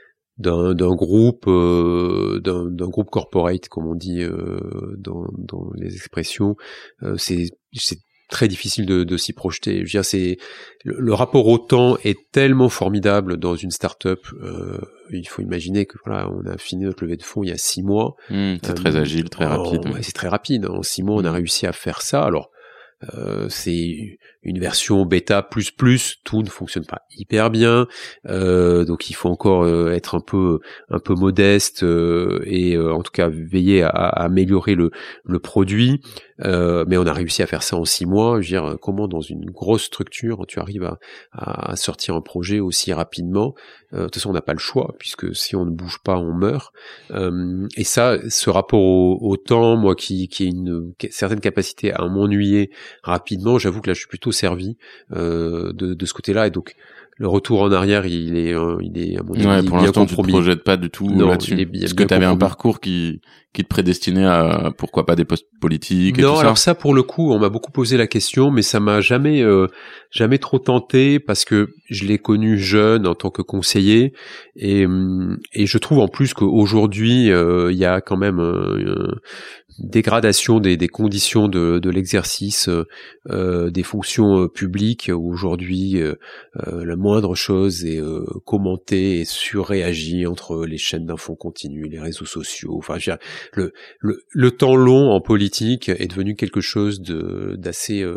d'un, d'un groupe, euh, d'un, d'un groupe corporate, comme on dit euh, dans, dans les expressions. Euh, c'est, c'est très difficile de, de s'y projeter. Je veux dire, c'est le, le rapport au temps est tellement formidable dans une start-up. Euh, il faut imaginer que voilà, on a fini notre levée de fonds il y a six mois. Mmh, c'est euh, très agile, très en, rapide. Ouais, c'est très rapide. En six mois, on a réussi à faire ça. Alors, euh, c'est une version bêta plus plus, tout ne fonctionne pas hyper bien, euh, donc il faut encore euh, être un peu un peu modeste euh, et euh, en tout cas veiller à, à améliorer le le produit. Euh, mais on a réussi à faire ça en six mois. Je veux dire, comment dans une grosse structure tu arrives à, à sortir un projet aussi rapidement? Euh, de toute façon, on n'a pas le choix puisque si on ne bouge pas, on meurt. Euh, et ça, ce rapport au, au temps, moi qui qui ai une certaine capacité à m'ennuyer rapidement, j'avoue que là, je suis plutôt servi euh, de, de ce côté-là. Et donc, le retour en arrière, il est, euh, il est à mon avis ouais, pour bien l'instant, compromis. Tu te projettes pas du tout non, là-dessus. Il est bien, Parce bien que tu avais un compromis. parcours qui qui te prédestinait à pourquoi pas des postes politiques et non, tout ça. alors ça pour le coup, on m'a beaucoup posé la question, mais ça m'a jamais euh, jamais trop tenté parce que je l'ai connu jeune en tant que conseiller et et je trouve en plus qu'aujourd'hui il euh, y a quand même euh, dégradation des, des conditions de, de l'exercice euh, des fonctions euh, publiques. Aujourd'hui, euh, euh, la moindre chose est euh, commentée et surréagie entre les chaînes d'infos continues, les réseaux sociaux. Enfin, je veux dire, le, le, le temps long en politique est devenu quelque chose de d'assez euh,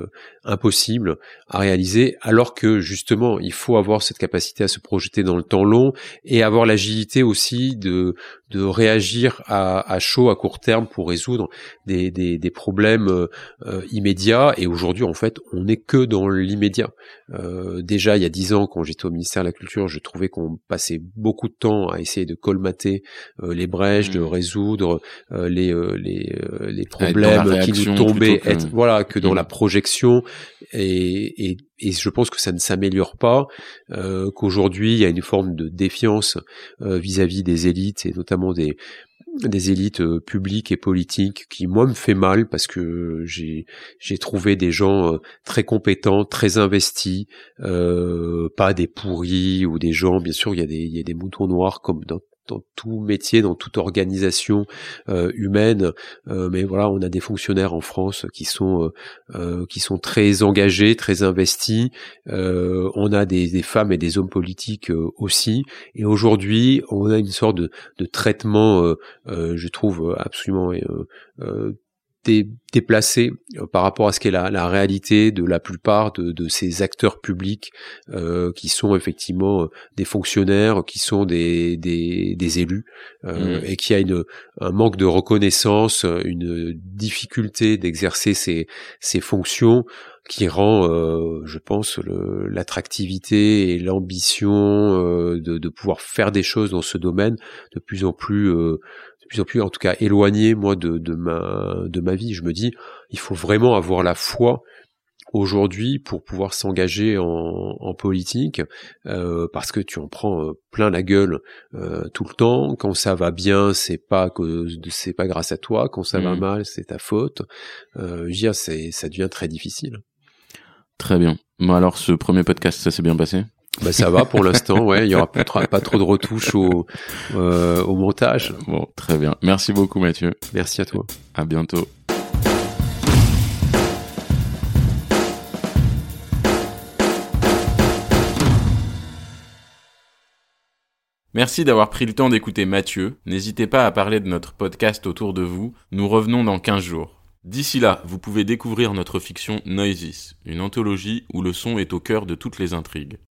impossible à réaliser, alors que justement il faut avoir cette capacité à se projeter dans le temps long et avoir l'agilité aussi de de réagir à, à chaud, à court terme pour résoudre des des, des problèmes euh, immédiats. Et aujourd'hui en fait on n'est que dans l'immédiat. Euh, déjà il y a dix ans quand j'étais au ministère de la Culture, je trouvais qu'on passait beaucoup de temps à essayer de colmater euh, les brèches, mmh. de résoudre euh, les euh, les euh, les problèmes qui nous tombaient, que... être, voilà, que dans mmh. la projection. Et, et, et je pense que ça ne s'améliore pas, euh, qu'aujourd'hui il y a une forme de défiance euh, vis-à-vis des élites, et notamment des des élites euh, publiques et politiques, qui moi me fait mal, parce que j'ai j'ai trouvé des gens euh, très compétents, très investis, euh, pas des pourris ou des gens, bien sûr il y a des il y a des moutons noirs comme dans dans tout métier, dans toute organisation euh, humaine, euh, mais voilà, on a des fonctionnaires en France qui sont euh, euh, qui sont très engagés, très investis. Euh, on a des, des femmes et des hommes politiques euh, aussi. Et aujourd'hui, on a une sorte de, de traitement, euh, euh, je trouve absolument euh, euh, Dé, déplacé euh, par rapport à ce qu'est la, la réalité de la plupart de, de ces acteurs publics euh, qui sont effectivement euh, des fonctionnaires, qui sont des, des, des élus, euh, mmh. et qui a une, un manque de reconnaissance, une difficulté d'exercer ces, ces fonctions qui rend, euh, je pense, le, l'attractivité et l'ambition euh, de, de pouvoir faire des choses dans ce domaine de plus en plus euh, de plus en plus, en tout cas, éloigné, moi, de, de ma, de ma vie. Je me dis, il faut vraiment avoir la foi aujourd'hui pour pouvoir s'engager en, en politique, euh, parce que tu en prends plein la gueule euh, tout le temps. Quand ça va bien, c'est pas que c'est pas grâce à toi. Quand ça mmh. va mal, c'est ta faute. Euh, je veux dire, c'est, ça devient très difficile. Très bien. Bon, alors, ce premier podcast, ça s'est bien passé ? Bah ça va pour l'instant, ouais. Il y aura pas, pas trop de retouches au, euh, au montage. Bon, très bien. Merci beaucoup, Mathieu. Merci à toi. À bientôt. Merci d'avoir pris le temps d'écouter Mathieu. N'hésitez pas à parler de notre podcast autour de vous. Nous revenons dans quinze jours. D'ici là, vous pouvez découvrir notre fiction Noises, une anthologie où le son est au cœur de toutes les intrigues.